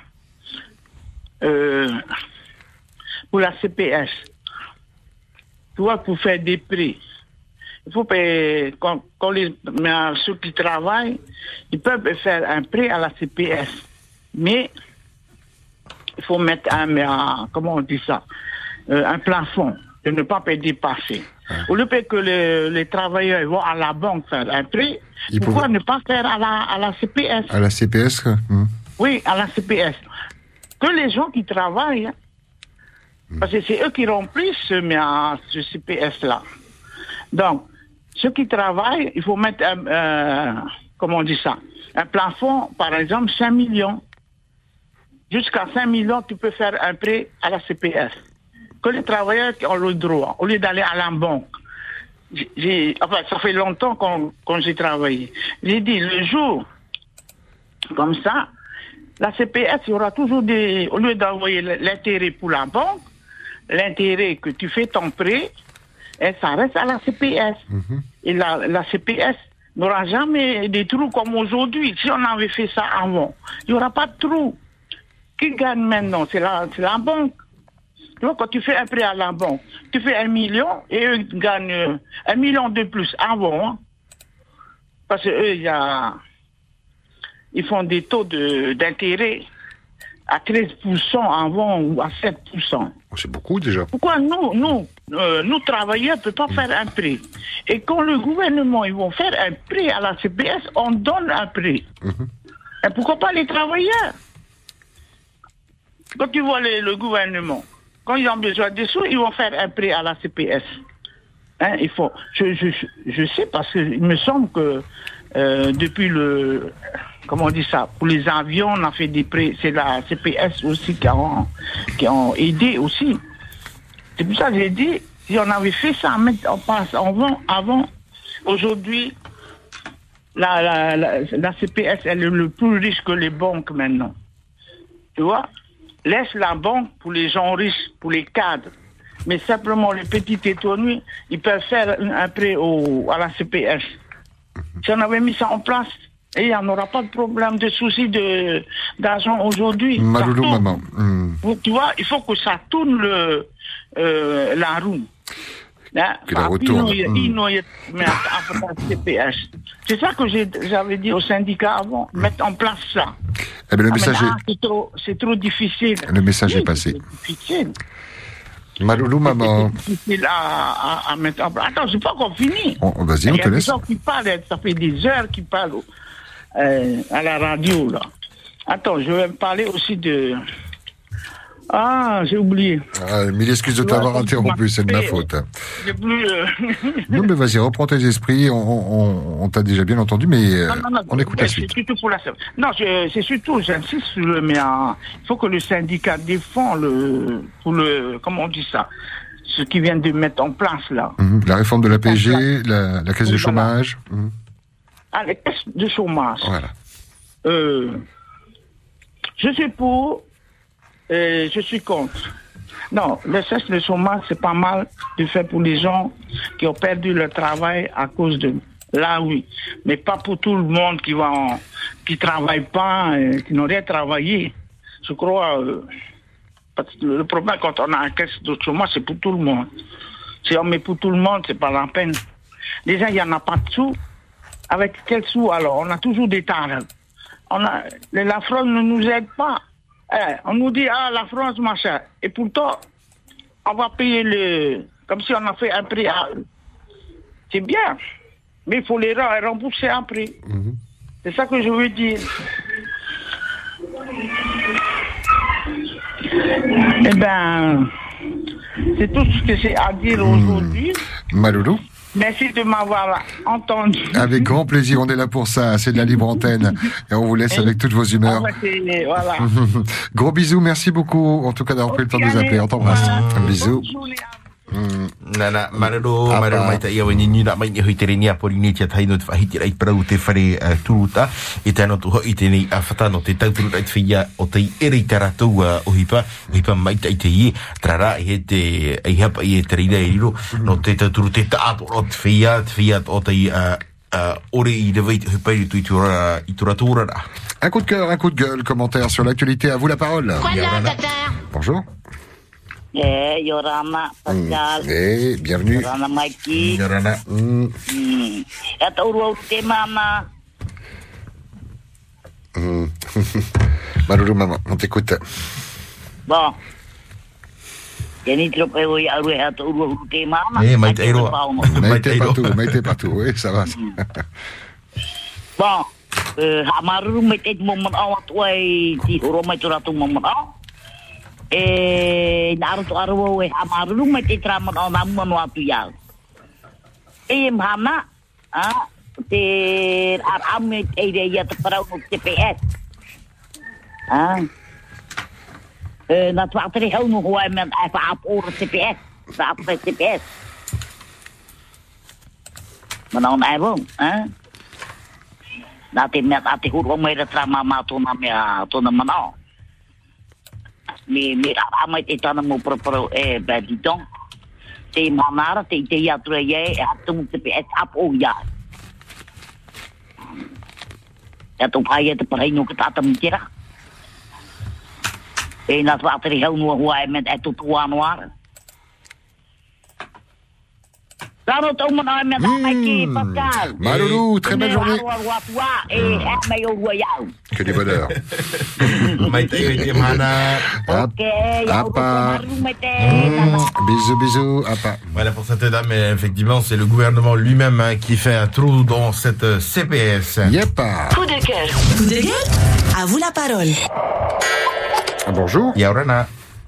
pour la CPS. Tu vois, pour faire des prix. Il faut payer, quand ceux qui travaillent, ils peuvent faire un prêt à la CPS. Mais il faut mettre comment on dit ça, un plafond, de ne pas dépasser. Au lieu que les travailleurs vont à la banque faire un prêt, pourquoi ne pas faire à la CPS? À la CPS Oui, à la CPS. Que les gens qui travaillent, parce que c'est eux qui remplissent ce CPS-là. Donc, ceux qui travaillent, il faut mettre comment on dit ça, un plafond, par exemple, 5 millions. Jusqu'à 5 millions, tu peux faire un prêt à la CPS. Que les travailleurs qui ont le droit, au lieu d'aller à la banque. Ça fait longtemps quand j'ai travaillé. J'ai dit, le jour, comme ça, la CPS, il y aura toujours au lieu d'envoyer l'intérêt pour la banque, l'intérêt que tu fais ton prêt, et ça reste à la CPS. Et la CPS n'aura jamais des trous comme aujourd'hui. Si on avait fait ça avant, il n'y aura pas de trous. Qui gagne maintenant? C'est la banque. Tu vois, quand tu fais un prêt à la banque, tu fais 1 million et eux gagnent 1 million de plus avant. Hein? Parce que eux, ils font des taux d'intérêt à 13% avant ou à 7%. C'est beaucoup déjà. Pourquoi nous travailleurs, ne pouvons pas faire un prêt? Et quand le gouvernement, ils vont faire un prêt à la CPS, on donne un prêt. Et pourquoi pas les travailleurs? Quand tu vois le gouvernement, quand ils ont besoin de sous, ils vont faire un prêt à la CPS. Hein, il faut. Je sais parce qu'il me semble que depuis comment on dit ça, pour les avions, on a fait des prêts. C'est la CPS aussi qui ont aidé aussi. C'est pour ça que j'ai dit, si on avait fait ça, on passe avant, aujourd'hui, la CPS, elle est le plus riche que les banques maintenant. Tu vois? Laisse la banque pour les gens riches, pour les cadres. Mais simplement, les petits étonnuis, ils peuvent faire un prêt à la CPS. Si on avait mis ça en place, il n'y en aura pas de problème, de soucis d'argent aujourd'hui. Maloulou, maman. Tu vois, il faut que ça tourne la roue. Que la retourne. C'est ça que j'avais dit au syndicat avant, mettre en place ça. Eh bien, le message c'est trop difficile. Le message est passé. C'est difficile. Maloulou, maman. C'est difficile à mettre en place. Attends, je n'ai pas encore fini. Vas-y, on te laisse. Il y a des gens qui parlent, ça fait des heures qu'ils parlent à la radio, là. Attends, je vais me parler aussi de... Ah, j'ai oublié. Mille excuses de t'avoir interrompu, c'est de ma faute. J'ai plus... Non, mais vas-y, reprends tes esprits. On t'a déjà bien entendu, mais non, on écoute la suite. C'est surtout pour non, c'est surtout, j'insiste sur il faut que le syndicat défend comment on dit ça, ce qu'ils viennent de mettre en place là. La réforme de la PSG, la caisse de chômage. Ah, les caisses de chômage. Voilà. Je suis pour. Je suis contre. Non, le cesse de chômage, c'est pas mal de faire pour les gens qui ont perdu leur travail à cause de... Là, oui. Mais pas pour tout le monde qui travaille pas, qui n'ont rien travaillé. Je crois... parce que le problème, quand on a un caisse de chômage, c'est pour tout le monde. Si on met pour tout le monde, c'est pas la peine. Déjà, il n'y en a pas de sous. Avec quels sous, alors? On a toujours des talents. La fraude ne nous aide pas. On nous dit, la France, machin. Et pourtant, on va payer comme si on a fait un prix à eux. C'est bien. Mais il faut les rembourser après. C'est ça que je veux dire. Eh bien, c'est tout ce que j'ai à dire aujourd'hui. Maloulou? Merci de m'avoir entendu. Avec grand plaisir, on est là pour ça. C'est de la libre antenne. Et on vous laisse avec toutes vos humeurs. Voilà. Gros bisous, merci beaucoup. En tout cas, d'avoir pris le temps de nous appeler. On t'embrasse. Un bisou. Nana, marero mai ta ia wani ni na mai ni hoitere ni apori tia tai no te whahiti rai prau te whare turuta e tano tu hoi te nei a whata no te tauturu rai te whia o te ere te ratou o hipa mai tai te i trara i he te ei hapa i e te reina e riro no te tauturu te taapo o te whia o te ore i de veit hupai tu i turatura. Un coup de cœur, un coup de gueule, commentaire sur l'actualité. À vous la parole. Bonjour. Yorana, Pascal. Bienvenue. Yorana, Mikey. Yorana. Eta urua te mama. Maruru, maman, on t'écoute. Bon. Yanni trop pe oi aru eta urua te mama. Maite partout, oui, ça va. Bon. Amaru mete moment awat wai ti uro mai turatu moment aw. Naru tu arwo we amaru mete traman aw namun watu ya. Mhana te amet ide te para no TPS. Na twatri hou no hoe men even op oor TPS. Op TPS. Maar nou even, Dati met ati hurwa may retrama mato na to na mano. Mi amay ito na mo pro baditong. Te manara te ya treye atung TPS up o ya. Atung kaya te paray no katatam tira. Na twatri hou no huay met eto tuwan war. Maruru, très belle journée. Que du bonheur. Bisous, bisous. Voilà pour cette dame, effectivement, c'est le gouvernement lui-même qui fait un trou dans cette CPS. Yepa. Coup de cœur. Coup de gueule. À vous la parole. Bonjour. Yaurana.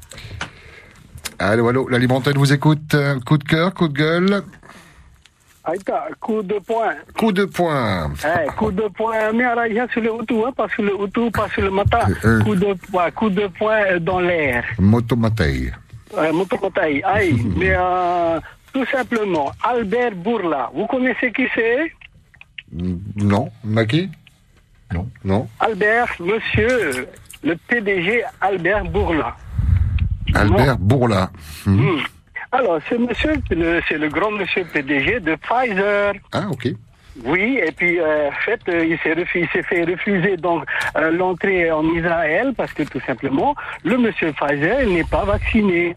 Allô, la libre antenne vous écoute. Coup de cœur, coup de gueule. Aïta, coup de poing. Coup de poing. Coup de poing, mais alors, sur le outou, pas sur le outou, pas sur le matin. Coup de poing dans l'air. Motomatei. Motomatei, aïe. Mais tout simplement, Albert Bourla, vous connaissez qui c'est? Non. Maki? Non. Albert, monsieur, le PDG Albert Bourla. Albert Bourla. Alors, ce monsieur, c'est le grand monsieur PDG de Pfizer. Ah, ok. Oui, et puis, il s'est fait refuser donc l'entrée en Israël parce que tout simplement, le monsieur Pfizer n'est pas vacciné.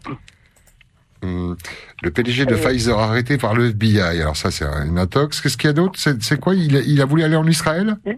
Le PDG de Pfizer arrêté par le FBI. Alors ça, c'est une intox. Qu'est-ce qu'il y a d'autre? C'est quoi? Il a voulu aller en Israël? Il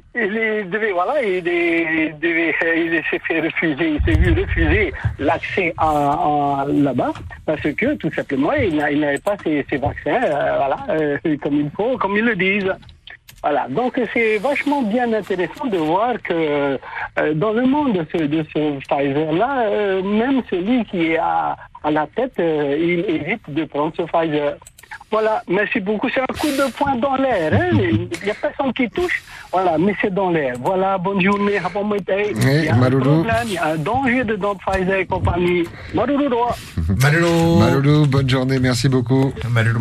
s'est fait refuser. Il s'est vu refuser l'accès là-bas parce que tout simplement, il n'avait pas ses vaccins, comme il faut, comme ils le disent. Voilà, donc c'est vachement bien intéressant de voir que dans le monde de ce Pfizer-là, même celui qui est à la tête, il évite de prendre ce Pfizer. Voilà, merci beaucoup. C'est un coup de poing dans l'air. Il n'y a personne qui touche. Voilà, mais c'est dans l'air. Voilà, bonne journée. Il y a un problème, il y a un danger dedans de Pfizer et compagnie. Maruru. Maruru, bonne journée. Merci beaucoup. Maruru,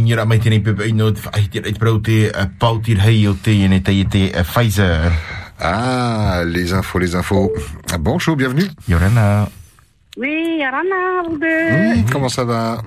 Pfizer. Ah, les infos. Bonjour, bienvenue. Yorana. Oui, Yorana. Comment ça va?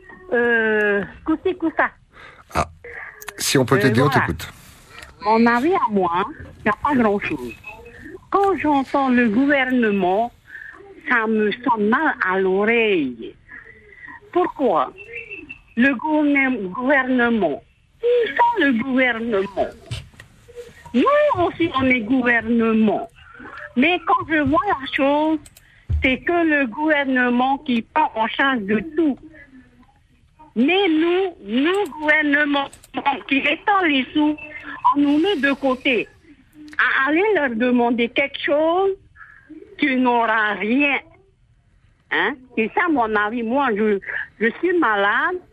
Koussa. Ah, si on peut t'aider, on t'écoute. Mon avis à moi, il n'y a pas grand-chose. Quand j'entends le gouvernement, ça me sonne mal à l'oreille. Pourquoi? Le gouvernement. Qui sont le gouvernement? Nous aussi, on est gouvernement. Mais quand je vois la chose, c'est que le gouvernement qui prend en charge de tout. Mais nous, gouvernement, qui étend les sous, on nous met de côté. À aller leur demander quelque chose, tu n'auras rien. C'est ça mon avis. Moi, je suis malade.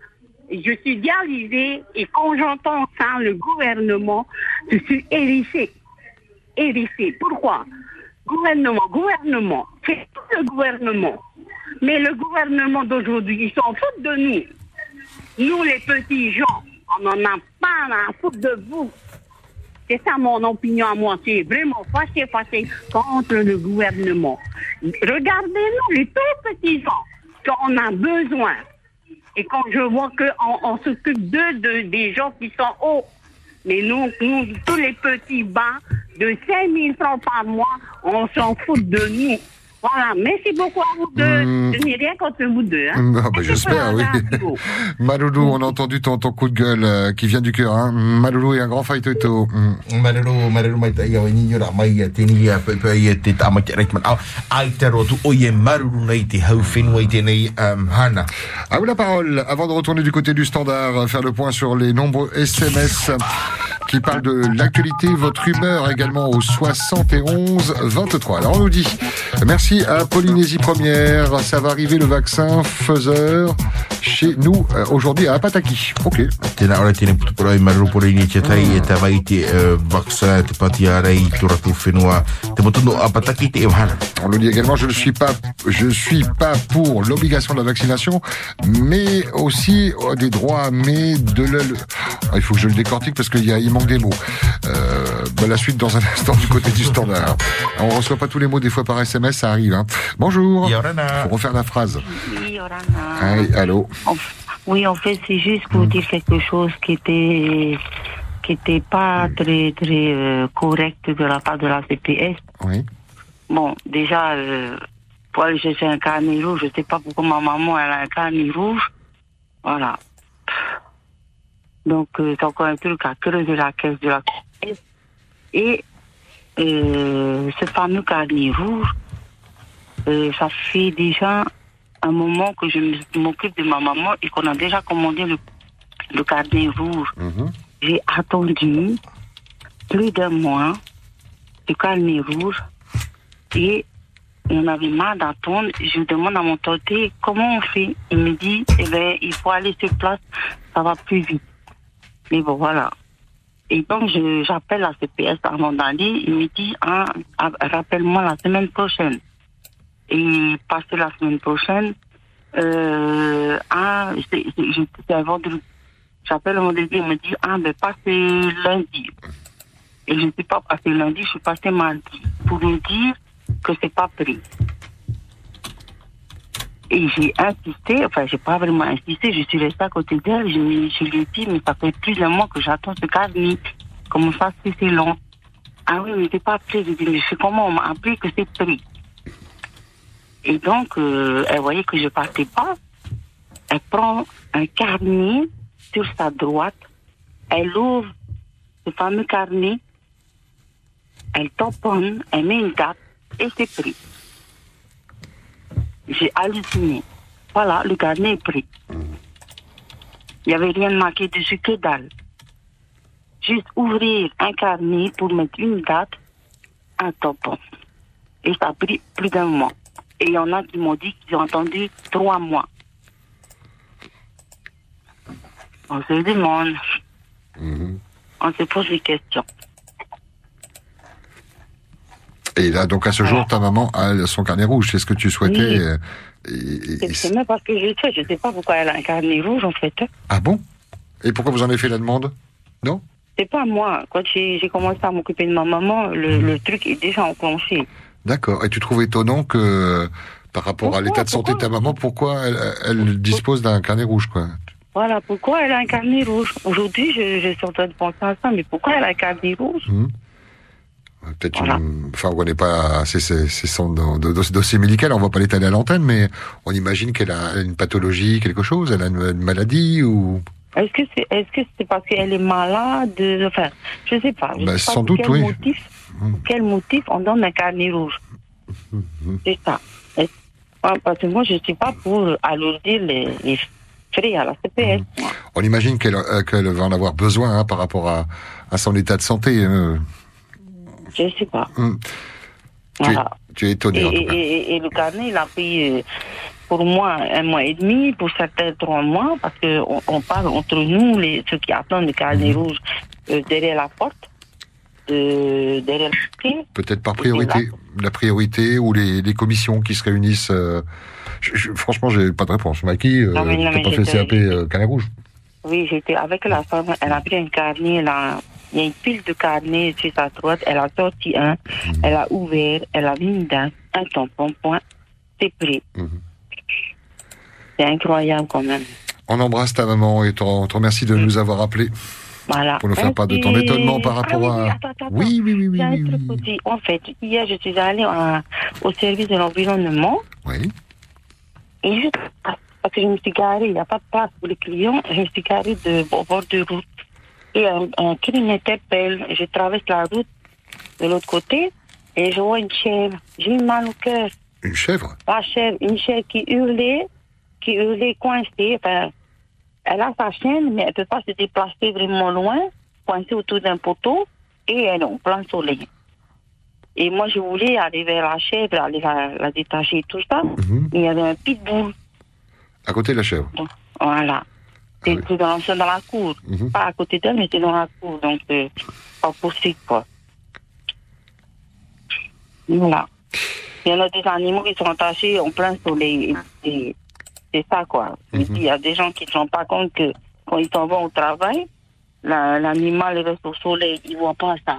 Je suis dialysée et quand j'entends ça, le gouvernement, je suis hérissée. Hérissée. Pourquoi? Gouvernement. C'est tout le gouvernement. Mais le gouvernement d'aujourd'hui, ils s'en foutent de nous. Nous, les petits gens, on n'en a pas à foutre de vous. C'est ça mon opinion à moi. C'est vraiment fâché contre le gouvernement. Regardez-nous, les tout petits gens, quand on a besoin. Et quand je vois qu'on s'occupe des gens qui sont hauts. Mais nous, tous les petits bas, de 5 000 francs par mois, on s'en fout de nous. Voilà, merci beaucoup à vous deux. Je n'ai rien contre vous deux. Hein. J'espère, oui. Maloulou, on a entendu ton coup de gueule qui vient du cœur. Hein. Maloulou est un grand faitoto. Maloulou, maita ia ni yora mai tini ia pepe ia te tama ki reitman. Ai te rotu oye Maloulou nei te hau whenua i tēnei hana. À vous la parole, avant de retourner du côté du standard, faire le point sur les nombreux SMS qui parlent de l'actualité, votre humeur également au 71 23. Alors on nous dit, merci à Polynésie Première, ça va arriver le vaccin Pfizer chez nous aujourd'hui à Apataki. Ok. Tēnā ora tēnei putupurai Maloulou Polynésia tai e tā vai te vaccin te pati arei turaku whenua te motono Apataki te evhana. On nous dit également, je suis pas pour l'obligation de la vaccination, mais aussi des droits, mais il faut que je le décortique parce qu'il manque des mots. La suite dans un instant du côté du standard. On reçoit pas tous les mots des fois par SMS, ça arrive. Hein. Bonjour. Faut refaire la phrase. Oui, Yorana. Hey, allô. Oui, en fait, c'est juste pour dire quelque chose qui était pas très correct de la part de la CPS. Oui. Bon, déjà, pour aller chercher un carnet rouge, je sais pas pourquoi ma maman elle a un carnet rouge. Voilà. Donc, c'est encore un truc à creuser la caisse de la CPS. Et ce fameux carnet rouge, ça fait déjà un moment que je m'occupe de ma maman et qu'on a déjà commandé le carnet rouge. J'ai attendu plus d'un mois le carnet rouge et on avait marre d'attendre. Je demande à mon tonté comment on fait. Il me dit, il faut aller sur place, ça va plus vite. Mais bon, voilà. Et donc, j'appelle la CPS avant d'aller. Il me dit, rappelle-moi la semaine prochaine. Et passé la semaine prochaine, c'est un vendredi. J'appelle le vendredi, il me dit, passez lundi. Et je ne suis pas passé lundi, je suis passé mardi. Pour me dire que c'est pas pris. Et j'ai insisté, j'ai pas vraiment insisté, je suis restée à côté d'elle, je lui ai dit, mais ça fait plus d'un mois que j'attends ce carnet. Comment ça, c'est long? Ah oui, mais c'est pas pris. Je dis, mais je sais comment on m'a appris que c'est pris. Et donc, elle voyait que je partais pas. Elle prend un carnet sur sa droite, elle ouvre ce fameux carnet, elle tamponne, elle met une date, et c'est pris. J'ai halluciné. Voilà, le carnet est pris. Il n'y avait rien marqué dessus que dalle. Juste ouvrir un carnet pour mettre une date, un tampon. Et ça a pris plus d'un mois. Et il y en a qui m'ont dit qu'ils ont attendu 3 mois. On se demande. On se pose des questions. Et là, donc à ce jour, ta maman a son carnet rouge. C'est ce que tu souhaitais. C'est même parce que je sais. Je ne sais pas pourquoi elle a un carnet rouge, en fait. Ah bon? Et pourquoi vous en avez fait la demande? Non? C'est pas moi. Quand j'ai commencé à m'occuper de ma maman, le truc est déjà enclenché. D'accord. Et tu trouves étonnant que, par rapport à l'état de santé de ta maman, pourquoi elle dispose d'un carnet rouge, quoi? Voilà, pourquoi elle a un carnet rouge? Aujourd'hui, je suis en train de penser à ça, mais pourquoi elle a un carnet rouge? Peut-être on connaît pas son dossier médical, on va pas l'étaler à l'antenne, mais on imagine qu'elle a une pathologie, quelque chose, elle a une maladie ou... Est-ce que c'est parce qu'elle est malade? Enfin, je sais pas. Je sais sans pas doute, quel oui. Quel motif on donne un carnet rouge? C'est ça. Parce que moi, je suis pas pour alourdir les frais à la CPS. On imagine qu'elle va en avoir besoin par rapport à son état de santé. Je sais pas. Voilà. Tu es étonné, en tout cas. Et le carnet, il a pris pour moi 1 mois et demi, pour certains 3 mois, parce qu'on parle entre nous, ceux qui attendent le carnet rouge derrière la porte, derrière le portier. Peut-être par priorité, la priorité ou les commissions qui se réunissent. Franchement, j'ai pas de réponse. Maki, t'as pas fait CAP carnet rouge? Oui, j'étais avec la femme, elle a pris un carnet, il y a une pile de carnets sur sa droite, elle a sorti un, elle a ouvert, elle a mis une date, un tampon, point, c'est prêt. C'est incroyable quand même. On embrasse ta maman et on te remercie de nous avoir appelés. Voilà. Pour nous faire part de ton étonnement par rapport à... Attends. Oui. Il y a un truc aussi. En fait, hier, je suis allée au service de l'environnement. Oui. Et juste parce que je me suis garée, il n'y a pas de place pour les clients, je me suis garée au bord de route. Et un cri m'interpelle. Je traverse la route de l'autre côté et je vois une chèvre. J'ai eu mal au cœur. Une chèvre? La chèvre, une chèvre qui hurlait coincée. Enfin, elle a sa chaîne, mais elle ne peut pas se déplacer vraiment loin, coincée autour d'un poteau, et elle est en plein soleil. Et moi, je voulais aller vers la chèvre, aller la détacher et tout ça, mais il y avait un pitbull. À côté de la chèvre? Donc, voilà. C'était dans la cour. Pas à côté d'elle, mais c'était dans la cour. Donc, pas possible, quoi. Voilà. Il y en a des animaux qui sont attachés en plein soleil. Et c'est ça, quoi. Et puis, il y a des gens qui ne se rendent pas compte que quand ils s'en vont au travail, l'animal reste au soleil. Ils ne voient pas ça.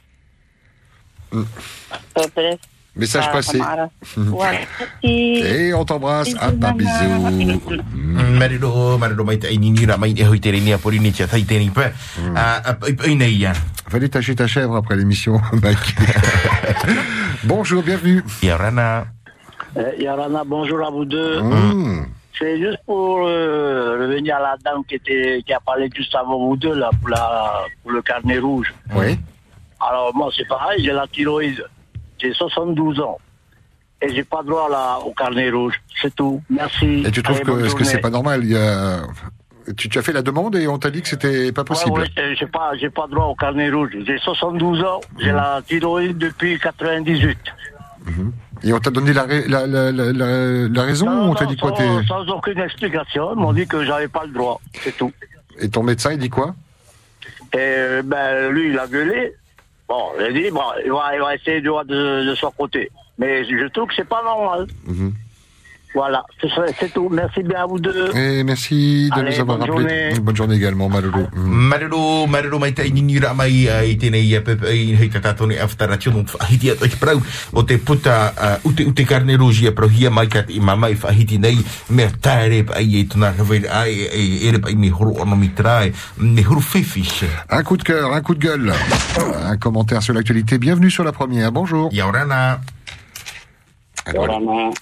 Bref. Message passé. Voilà. Et on t'embrasse. Ah, bah, bisous. Marido mai tai ni ra mai e hoi tere ni a porini tia tai teni pa. Fallait tâcher ta chèvre après l'émission, Mike. Bonjour, bienvenue. Yarana, bonjour à vous deux. C'est juste pour revenir à la dame qui a parlé juste avant vous deux là pour le carnet rouge. Oui. Alors moi c'est pareil, j'ai la thyroïde. J'ai 72 ans. Et j'ai pas droit au carnet rouge. C'est tout. Merci. Et tu trouves que c'est pas normal? Tu as fait la demande et on t'a dit que c'était pas possible. Ouais, j'ai pas droit au carnet rouge. J'ai 72 ans. J'ai la thyroïde depuis 98. Et on t'a donné la raison ou on t'a dit quoi? Sans aucune explication. Ils m'ont dit que j'avais pas le droit. C'est tout. Et ton médecin, il dit quoi? Et lui, il a gueulé. Bon, j'ai dit, il va essayer de voir de son côté. Mais je trouve que c'est pas normal. Voilà, c'est tout. Merci bien à vous deux. Et merci de nous avoir rappelé. Bonne journée également, Marulu. Marulu mai tai ni ra mai I tenei e pepe I hei tatatone aftaration hiti at prau o te puta ute carne rouge e prohia mai kat I mama I fahiti nei me tare ai e tona rever ai ere pai mi horo ono mi trai mi horo fifish. Un coup de cœur, un coup de gueule. Un commentaire sur l'actualité. Bienvenue sur la première. Bonjour. Yaurana. Yorana.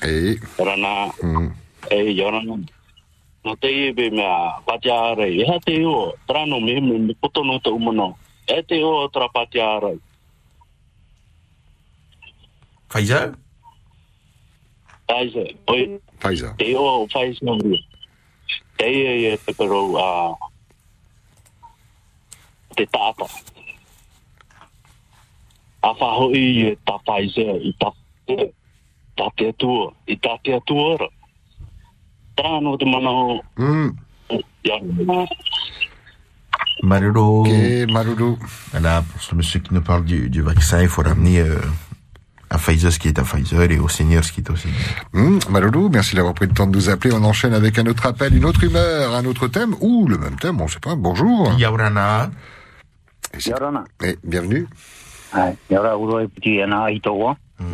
Yorana. No te ibe mea patiare. E hate o trano me potono te umano. E te o tra patiare. Pfizer? Oi. Pfizer. Te o Pfizer. Te e te pero te tata. A faho I ta Pfizer I ta Itatea tua. Trano de manao. Marulu. Ok, Marulu. Voilà, pour ce monsieur qui nous parle du vaccin, il faut ramener à Pfizer ce qui est à Pfizer et au Seigneur ce qui est au Seigneur. Marulu, merci d'avoir pris le temps de nous appeler. On enchaîne avec un autre appel, une autre humeur, un autre thème, ou le même thème, on ne sait pas. Bonjour. Yaurana. Yaurana. Et bienvenue. Yaura uroi puti ana itoa.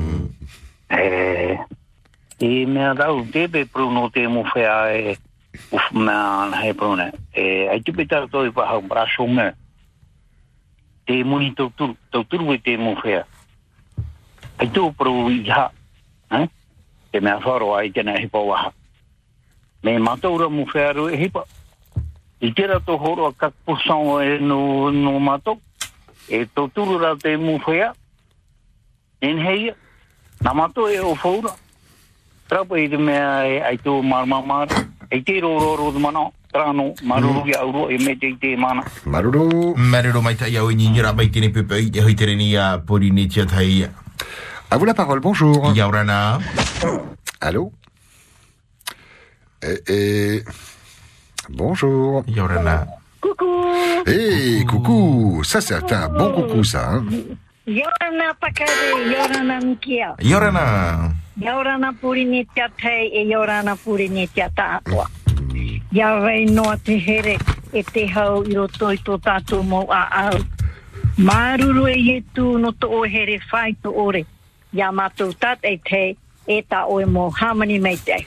E mea dau tebe pruno te mo fea ma he prune ai tu peta to I pa braço me te monitor tu te mo fea ai tu pro ja te mea faro ai te na he pa wa me matou mo fea ro he pa I tera to horo ka pução no matou e to turura te mo fea en hei Namato e o fora. Trapo I mea ai tu mar. Ai te ro mano. Trano maruru ya uro e me te mana. Maruru mai tai au ni ra mai tene pepe I hoi tere ni a porini tia tai. À vous la parole, bonjour. Yaurana. Allô? Et... Bonjour. Yorana. Coucou. Hey, coucou. Ça, c'est un bon coucou, ça. Hein. Yorana Pakare, Yorana Mikia. Yorana. Yorana Purinitia Tei e Yorana Purinitia Tātua. Yawei noa te here e te hau i roto i tō tātou mō a au. Māruru e ietu no to o here whai to ore. Ia mātou tat e te e tā oe mō hamani mei te.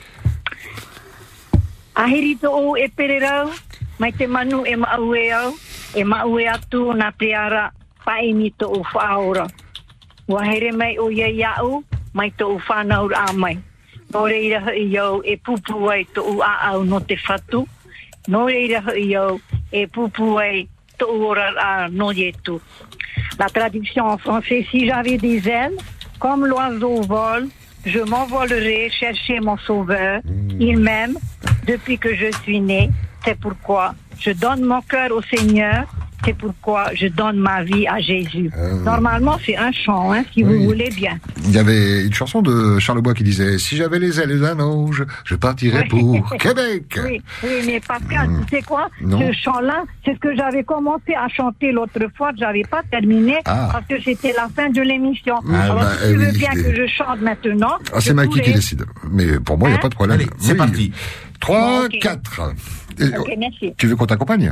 Ahiri to o e pere rau, mai te manu e maue au, e maue atu nā te ara paini to o whaora. Wa here mai o ia iau, mai to o whanau a mai. Nō reira hui iau e pupu ai to o a au no te whatu. Nō reira hui iau e pupu ai to o ora a no ietu. La traduction en français, si j'avais des ailes, comme l'oiseau vole, je m'envolerai chercher mon sauveur. Il m'aime depuis que je suis né. C'est pourquoi je donne mon cœur au Seigneur. C'est pourquoi je donne ma vie à Jésus. Normalement, c'est un chant, hein, si vous voulez bien. Il y avait une chanson de Charles Bois qui disait « Si j'avais les ailes d'un ange, je partirais pour Québec ». Oui, mais Pascal, tu sais quoi? Non. Ce chant-là, c'est ce que j'avais commencé à chanter l'autre fois, que j'avais pas terminé, parce que c'était la fin de l'émission. Alors, si tu veux bien que je chante maintenant... Ah, c'est Mikey qui décide. Mais pour moi, il n'y a pas de problème. Allez, c'est parti. 3, Ok. 4. Ok, merci. Tu veux qu'on t'accompagne?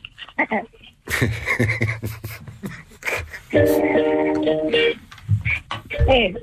Eh.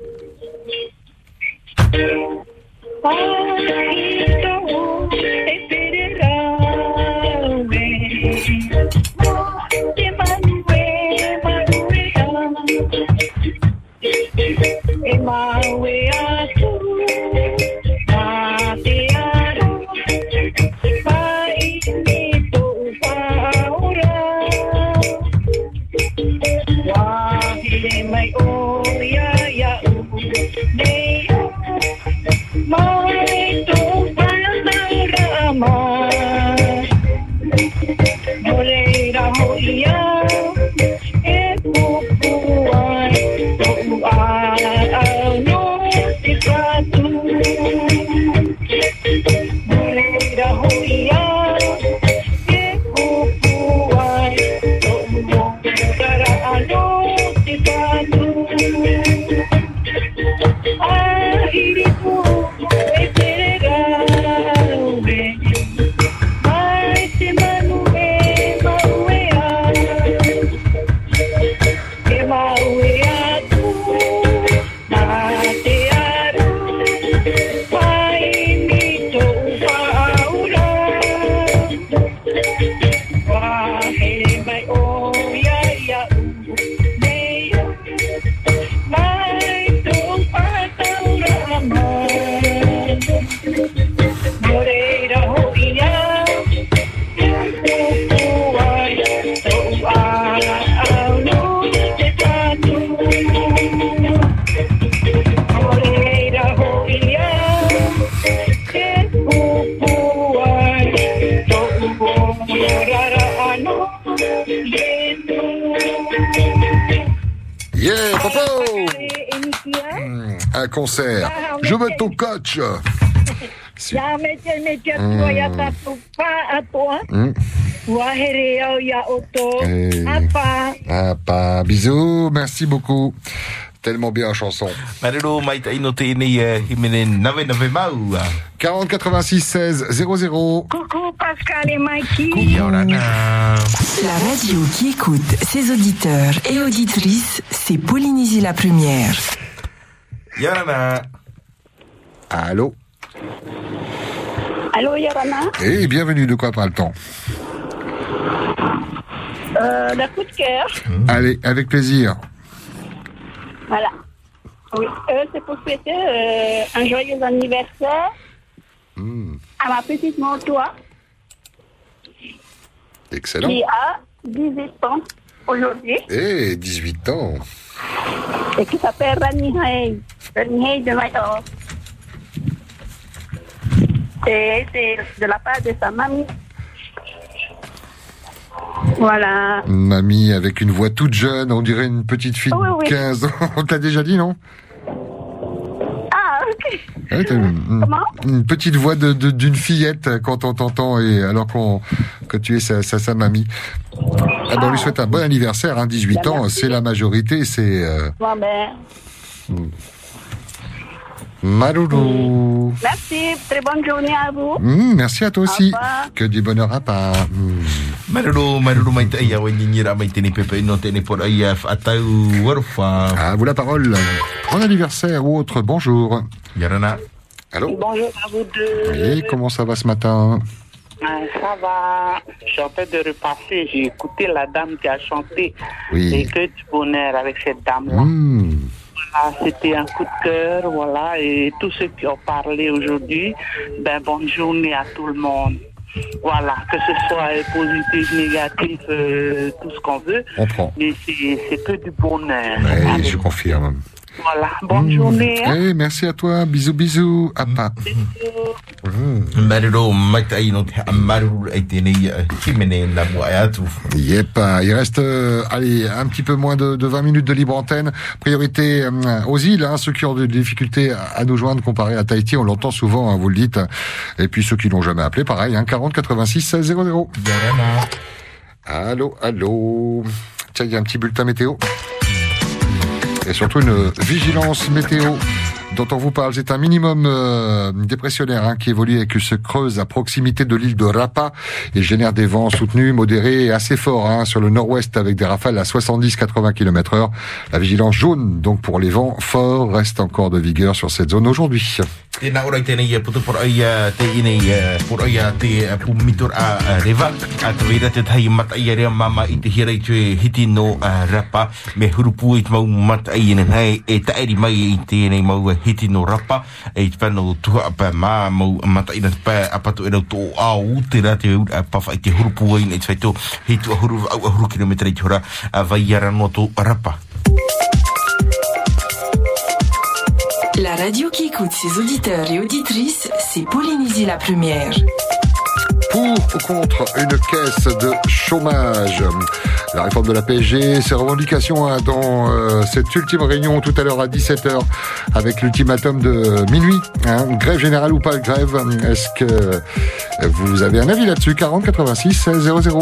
Yeah, Popo! Un concert. Je veux ton coach. Apa. Bisous, merci beaucoup. Tellement bien en chanson. 40 86 16 00. Coucou Pascal et Mikey. La radio qui écoute ses auditeurs et auditrices, c'est Polynésie la première. Yorana. Allô? Allô Yorana. Et bienvenue, de quoi parle-t-on? Le coup de cœur. Allez, avec plaisir. Voilà. Oui, c'est pour souhaiter un joyeux anniversaire à ma petite Montois. Excellent. Qui a 18 ans aujourd'hui. Eh, 18 ans. Et qui s'appelle Rani Hay. Rani Hay de Maïo. Et c'est de la part de sa mamie. Voilà. Mamie avec une voix toute jeune, on dirait une petite fille Oui, oui. de 15 ans. On t'a déjà dit, non? Ah, ok. Ouais, t'as une petite voix d'une fillette quand on t'entend, et alors que tu es sa mamie. Ah ben, on lui souhaite un bon anniversaire, 18 ans, c'est la majorité, c'est... Ma mère. Maroulou. Merci, très bonne journée à vous. Merci à toi aussi. Que du bonheur à part. Maroulou mai tai awa nyira mai tene pepe no tene por ai atau warfa. À vous la parole. Bon anniversaire ou autre, bonjour. Yarana. Allô. Bonjour à vous deux. Et comment ça va ce matin? Ça va. Je suis en train de repasser. J'ai écouté la dame qui a chanté. Oui. Et que du bonheur avec cette dame-là. Voilà, c'était un coup de cœur, voilà, et tous ceux qui ont parlé aujourd'hui, bonne journée à tout le monde. Voilà, que ce soit positif, négatif, tout ce qu'on veut. On prend. Mais c'est que du bonheur. Oui, je confirme. Voilà, bonne journée. Hey, merci à toi, bisous bisous. Apa. Maroulou mai tai no te maroulou ai tene himene na mo atu. Yep, il reste allez, un petit peu moins de 20 minutes de libre antenne. Priorité aux îles, ceux qui ont des difficultés à nous joindre comparé à Tahiti, on l'entend souvent, vous le dites. Et puis ceux qui l'ont jamais appelé, pareil, 40 86 16 00. Allô, allô. Tiens, il y a un petit bulletin météo. Et surtout une vigilance météo dont on vous parle. C'est un minimum dépressionnaire qui évolue et qui se creuse à proximité de l'île de Rapa et génère des vents soutenus, modérés et assez forts sur le nord-ouest avec des rafales à 70-80 km/h. La vigilance jaune, donc pour les vents forts, reste encore de vigueur sur cette zone aujourd'hui. Tēnā ora i tēnei puto por ai te inei por ai te pumitor a reva a te veira te tahi mata i area mama i te hira i te hiti no rapa me hurupu i te mau mata i nei e taeri mai i tēnei mau hiti no rapa e te pano tuha pa ma mau mata i te pa apatu e rau tō au te ra te pawha i te hurupu i nei te whaito hitu a huru kilometra i te hora vai ara no tō rapa. La radio qui écoute ses auditeurs et auditrices, c'est Polynésie la première. Pour ou contre une caisse de chômage? La réforme de la PSG, ses revendications dans cette ultime réunion tout à l'heure à 17h avec l'ultimatum de minuit. Grève générale ou pas grève? Est-ce que vous avez un avis là-dessus? 40 86 16 00.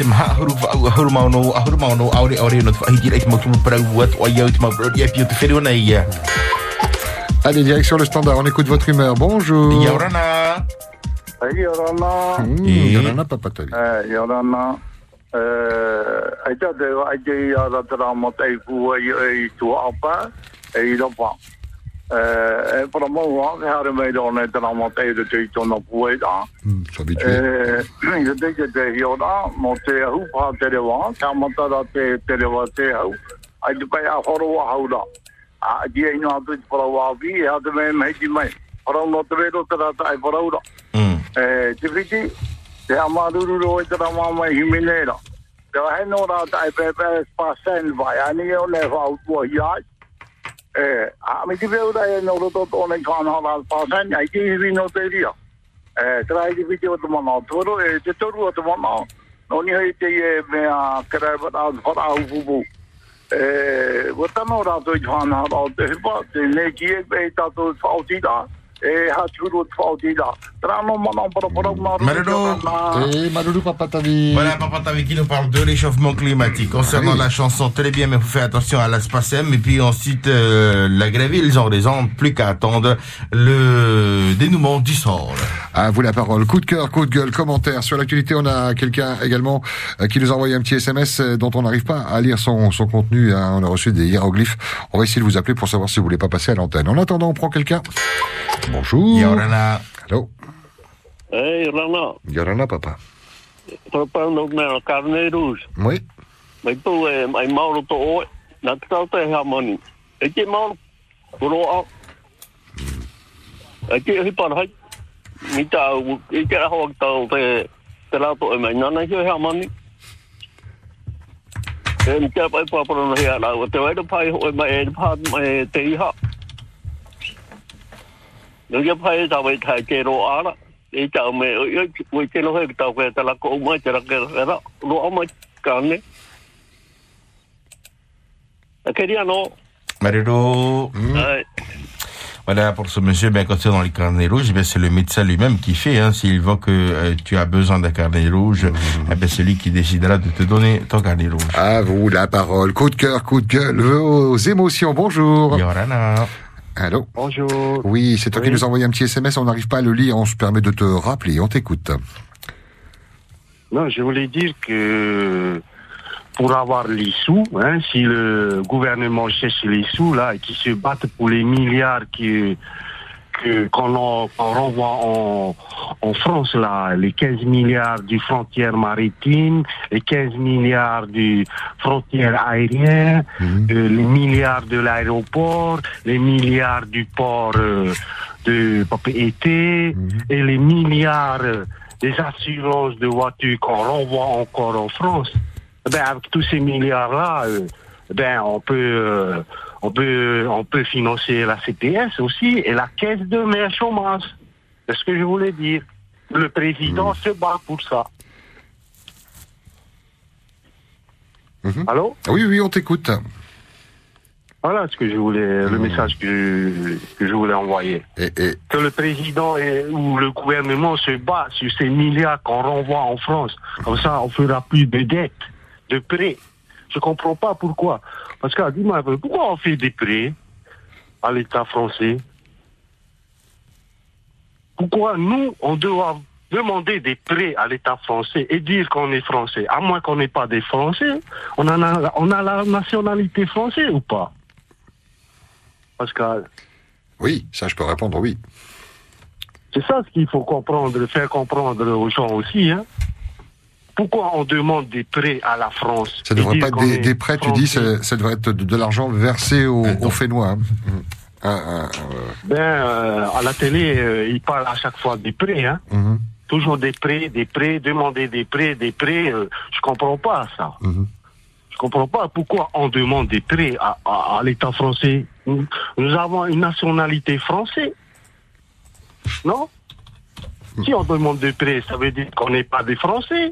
Allez, direction le standard, on écoute votre humeur. Bonjour. Yorana. Yorana. Yorana, papa Tali. Yorana. Aita te aite ia ratara mo te pua i tua apa, i ropa. E para mo wa, ke hare mei dōne tara mo te i tona pua i da. S'habituer. I te hiora, mo te hupa te rewa, ka matara te rewa te hau. Ai te pai a horoa haura. A dia ino atu te parawawi, e hate mei meiti mai. Parau no te rero te rata ai paraura. Te whiti, te amarururo e te rama mai himenera. Te waheno rata ai pepe spasen vai, ani e o ne whautua hiai. A mi te peura e no roto tōne kāna hara spasen, ai te hiwi no te ria. Te rai te whiti o te mana toro, e te toru o te mana. No ni hei te e mea kerebat a whara upupu. Watano rato I whana rao te hipa, te neki e pe tato whaotida, e haturu whaotida. Trano mana para Maroulou Papatavi. Voilà, Papatavi qui nous parle de réchauffement climatique. Concernant la chanson, très bien, mais il faut faire attention à l'ASPACEM. Et puis ensuite, la grève, ils ont raison, plus qu'à attendre le dénouement du sort. À vous la parole. Coup de cœur, coup de gueule, commentaire. Sur l'actualité, on a quelqu'un également qui nous a envoyé un petit SMS dont on n'arrive pas à lire son contenu. On a reçu des hiéroglyphes. On va essayer de vous appeler pour savoir si vous voulez pas passer à l'antenne. En attendant, on prend quelqu'un. Bonjour. Yorana. Allô. Hey, Rana. Yorana, papa. Papa, no me carne rouge. Oui. Mai tu e mai mauro to o na tau te hamani. E ke mauro ro a. E ke hipa hai. Mi tau e ke ho tau te la to e mai na he hamani. E mi te pai pa no he ala o te vai pai ho mai e pa mai te iha. No ye pai ta vai thai ke ro ala. E tau me o te no he tau ke te la ko mai te ra ke ra ro mai carne. Queria no. Marido. Voilà, pour ce monsieur, bien, quand c'est dans les carnets rouges, ben, c'est le médecin lui-même qui fait, hein. S'il voit que tu as besoin d'un carnet rouge, ben, c'est lui qui décidera de te donner ton carnet rouge. À vous la parole. Coup de cœur, coup de gueule, vos émotions. Bonjour. Yorana. Allô. Bonjour. Oui, c'est toi qui nous as envoyé un petit SMS, on n'arrive pas à le lire, on se permet de te rappeler, on t'écoute. Non, je voulais dire que pour avoir les sous, hein, si le gouvernement cherche les sous là et qui se battent pour les milliards qu'on renvoie en France là, les 15 milliards du frontière maritime, les 15 milliards du frontière aérien, les milliards de l'aéroport, les milliards du port de Papeete et les milliards des assurances de voitures qu'on renvoie encore en France. Ben, avec tous ces milliards-là, ben, on peut financer la CPS aussi et la caisse de mer chômage. C'est ce que je voulais dire. Le président se bat pour ça. Allô? Oui, on t'écoute. Voilà ce que je voulais, le message que je voulais envoyer. Que le président ou le gouvernement se bat sur ces milliards qu'on renvoie en France. Comme ça, on fera plus de dettes, de prêts. Je comprends pas pourquoi. Parce que, dis-moi, pourquoi on fait des prêts à l'État français? Pourquoi nous, on doit demander des prêts à l'État français et dire qu'on est français? À moins qu'on n'ait pas des Français, on a la nationalité française ou pas? Pascal? Oui, ça je peux répondre oui. C'est ça ce qu'il faut comprendre, faire comprendre aux gens aussi, hein. Pourquoi on demande des prêts à la France? Ça ne devrait pas être des prêts, tu dis, ça devrait être de l'argent versé aux Fénois. Hein. À la télé, ils parlent à chaque fois des prêts, hein. Toujours des prêts, demander des prêts, je comprends pas ça. Je comprends pas pourquoi on demande des prêts à l'État français. Nous avons une nationalité française. Non? Si on demande des prêts, ça veut dire qu'on n'est pas des Français.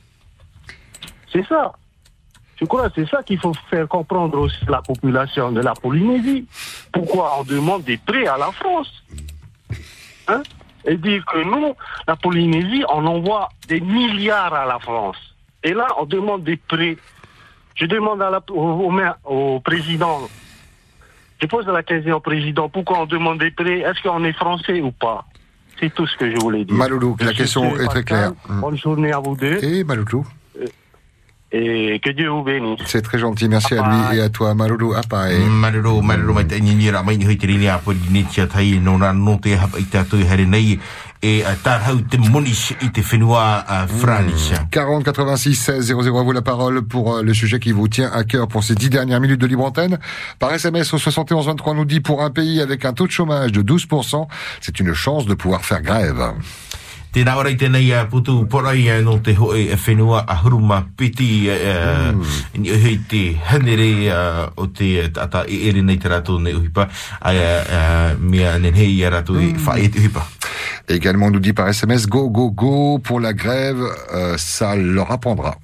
C'est ça. Je crois que c'est ça qu'il faut faire comprendre aussi à la population de la Polynésie. Pourquoi on demande des prêts à la France? Hein? Et dire que nous, la Polynésie, on envoie des milliards à la France. Et là, on demande des prêts. Je demande au président, je pose la question au président, pourquoi on demande des prêts? Est-ce qu'on est français ou pas? C'est tout ce que je voulais dire. Maloulou, la question est très claire. Bonne journée à vous deux. Et Maloulou. Et que Dieu vous bénisse. C'est très gentil, merci à lui et à toi, Maloulou. Maloulou, mai te nira mai ni te rini a Polynesia tai no na no te hapa i tātou here nei et tarhau te monis i te whenua Franis. 40 86 16 00, à vous la parole pour le sujet qui vous tient à cœur pour ces 10 dernières minutes de libre antenne. Par SMS au 71 23 nous dit, pour un pays avec un taux de chômage de 12%, c'est une chance de pouvoir faire grève. Tēnā ora I tēnei putu porai no te hoe whenua a huruma piti ni uhi te hanere o te tata e ere nei te rato nei uhipa mea nenhei a rato I whae te uhipa. Également, on nous dit par SMS, go, go, go, pour la grève, ça leur apprendra.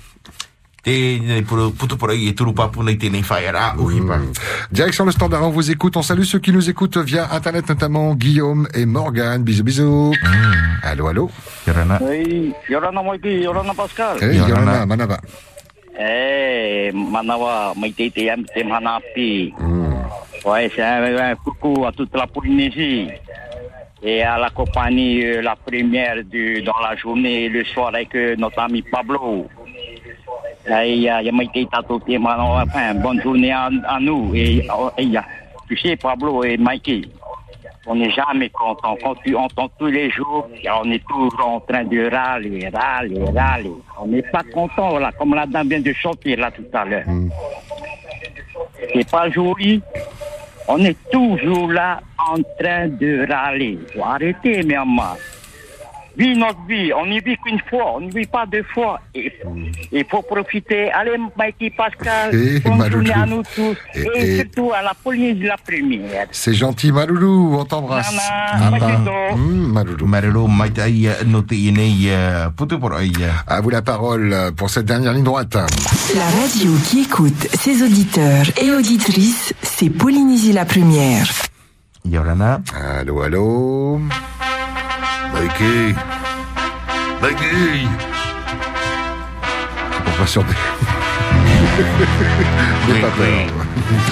Direction le standard, on vous écoute, on salue ceux qui nous écoutent via internet, notamment Guillaume et Morgane. Bisous, bisous. Allô, allô. Yorana. Oui, Yorana Moiki, Yorana Pascal. Hey, Yorana, Manava. Manawa, Maite Yam Manapi. Ouais, c'est un coucou à toute la Polynésie et à la compagnie, la première dans la journée et le soir avec notre ami Pablo. Bonne journée à nous et tu sais Pablo et Mikey, on n'est jamais content quand tu entends tous les jours, on est toujours en train de râler, on n'est pas content là, comme la dame vient de chanter là tout à l'heure. C'est pas joli, on est toujours là en train de râler. Faut arrêter Myanmar. Vie notre vie, on n'y vit qu'une fois, on n'y vit pas deux fois. Il faut profiter. Allez, Mikey Pascal, bonne journée à nous tous. Et surtout à la Polynésie la première. C'est gentil, Maloulou, on t'embrasse. Maloulou, à vous la parole pour cette dernière ligne droite. La radio qui écoute ses auditeurs et auditrices, c'est Polynésie la première. Yorana. Allô, allô. Mikey. Mikey. C'est pour pas sur des... N'aie pas peur.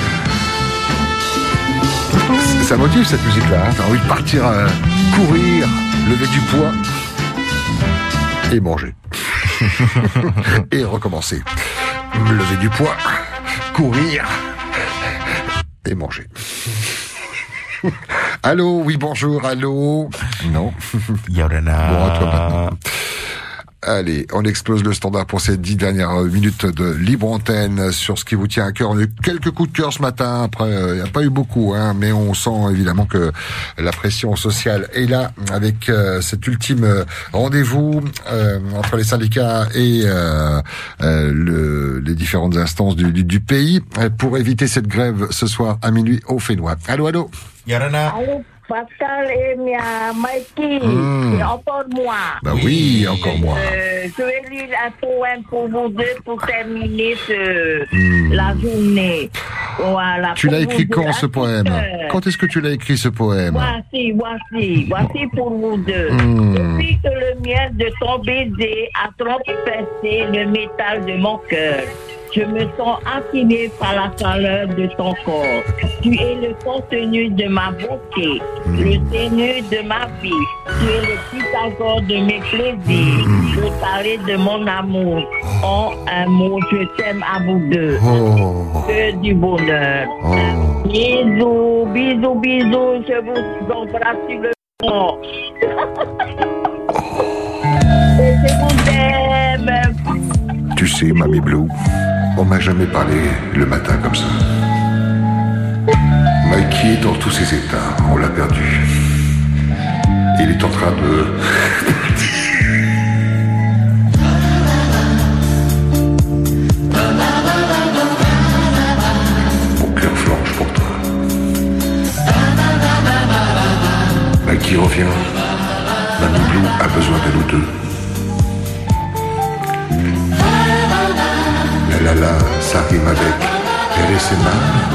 Ça motive cette musique-là. Hein. T'as envie de partir courir, lever du poids et manger. Et recommencer. Lever du poids, courir et manger. Allô, oui, bonjour, allô. Non. Yorana. Bon, à toi maintenant. Allez, on explose le standard pour ces 10 dernières minutes de libre antenne sur ce qui vous tient à cœur. On a eu quelques coups de cœur ce matin. Après, il n'y a pas eu beaucoup, hein, mais on sent évidemment que la pression sociale est là avec cet ultime rendez-vous entre les syndicats et les différentes instances du pays pour éviter cette grève ce soir à minuit au Fénois. Allô, allô. Yorana. Allô, Pascal et Mikey, c'est encore moi. Bah oui, encore moi. Je vais lire un poème pour vous deux pour terminer la journée. Voilà. Tu l'as écrit quand ce poème? Quand est-ce que tu l'as écrit ce poème? Voici pour vous deux. Depuis que le miel de ton baiser a transpercé le métal de mon cœur, je me sens attirée par la chaleur de ton corps. Tu es le contenu de ma beauté, le ténu de ma vie. Tu es le Pythagore de mes plaisirs, le carré de mon amour. En un mot, je t'aime à vous deux. Que du bonheur. Bisous, bisous, bisous. Je vous embrasse sur le front. Et je vous aime. Tu sais, Mamie Blue, on m'a jamais parlé le matin comme ça. Mikey est dans tous ses états, on l'a perdu. Il est en train de... Mon cœur flanche pour toi. Mikey revient. Mamie Blue a besoin de nous deux. La, ça rime avec Eresema.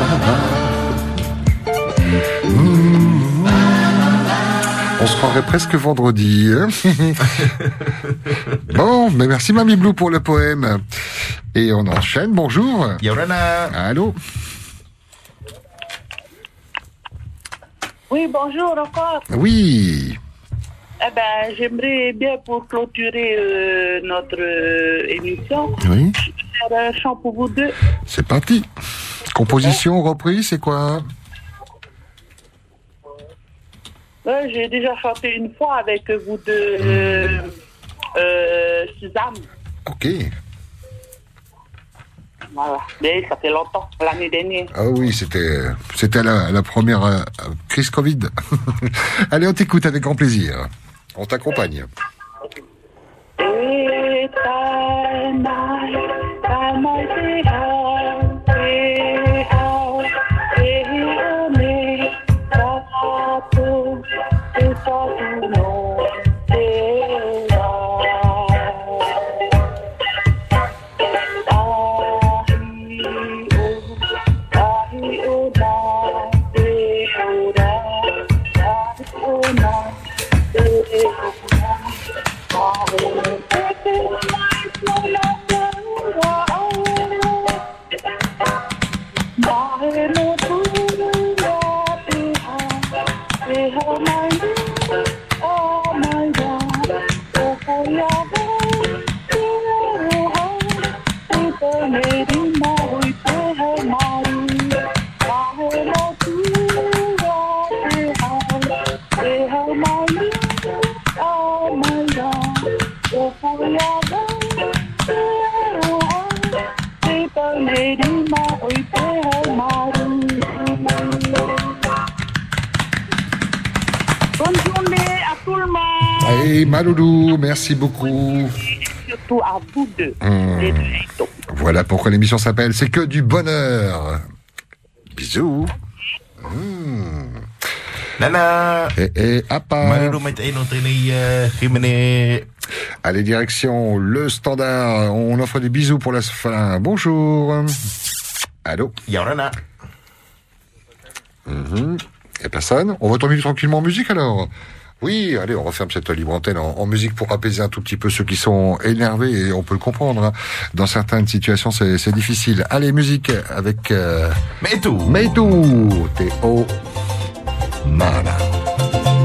On se croirait presque vendredi. Hein. Bon, mais merci Mamie Blue pour le poème. Et on enchaîne, bonjour. Yorana. Allô. Oui, bonjour encore. Oui. Eh ben, j'aimerais bien pour clôturer notre émission, oui, faire un chant pour vous deux. C'est parti. Composition, reprise, c'est quoi? J'ai déjà chanté une fois avec vous deux, Suzanne. Ok. Voilà, mais ça fait longtemps, l'année dernière. Ah oui, c'était la première crise Covid. Allez, on t'écoute avec grand plaisir. On t'accompagne. Bonne journée à tout le monde. Hey, Maloulou, merci beaucoup. Surtout à vous deux. Voilà pourquoi l'émission s'appelle C'est que du bonheur. Bisous. Nana. Apa. Allez, direction le standard. On offre des bisous pour la fin. Bonjour. Allô. Yorana. Et personne. On va terminer tranquillement en musique alors. Oui, allez, on referme cette libre antenne en musique pour apaiser un tout petit peu ceux qui sont énervés, et on peut le comprendre. Hein. Dans certaines situations, c'est difficile. Allez, musique avec Meitu, Teo Mana.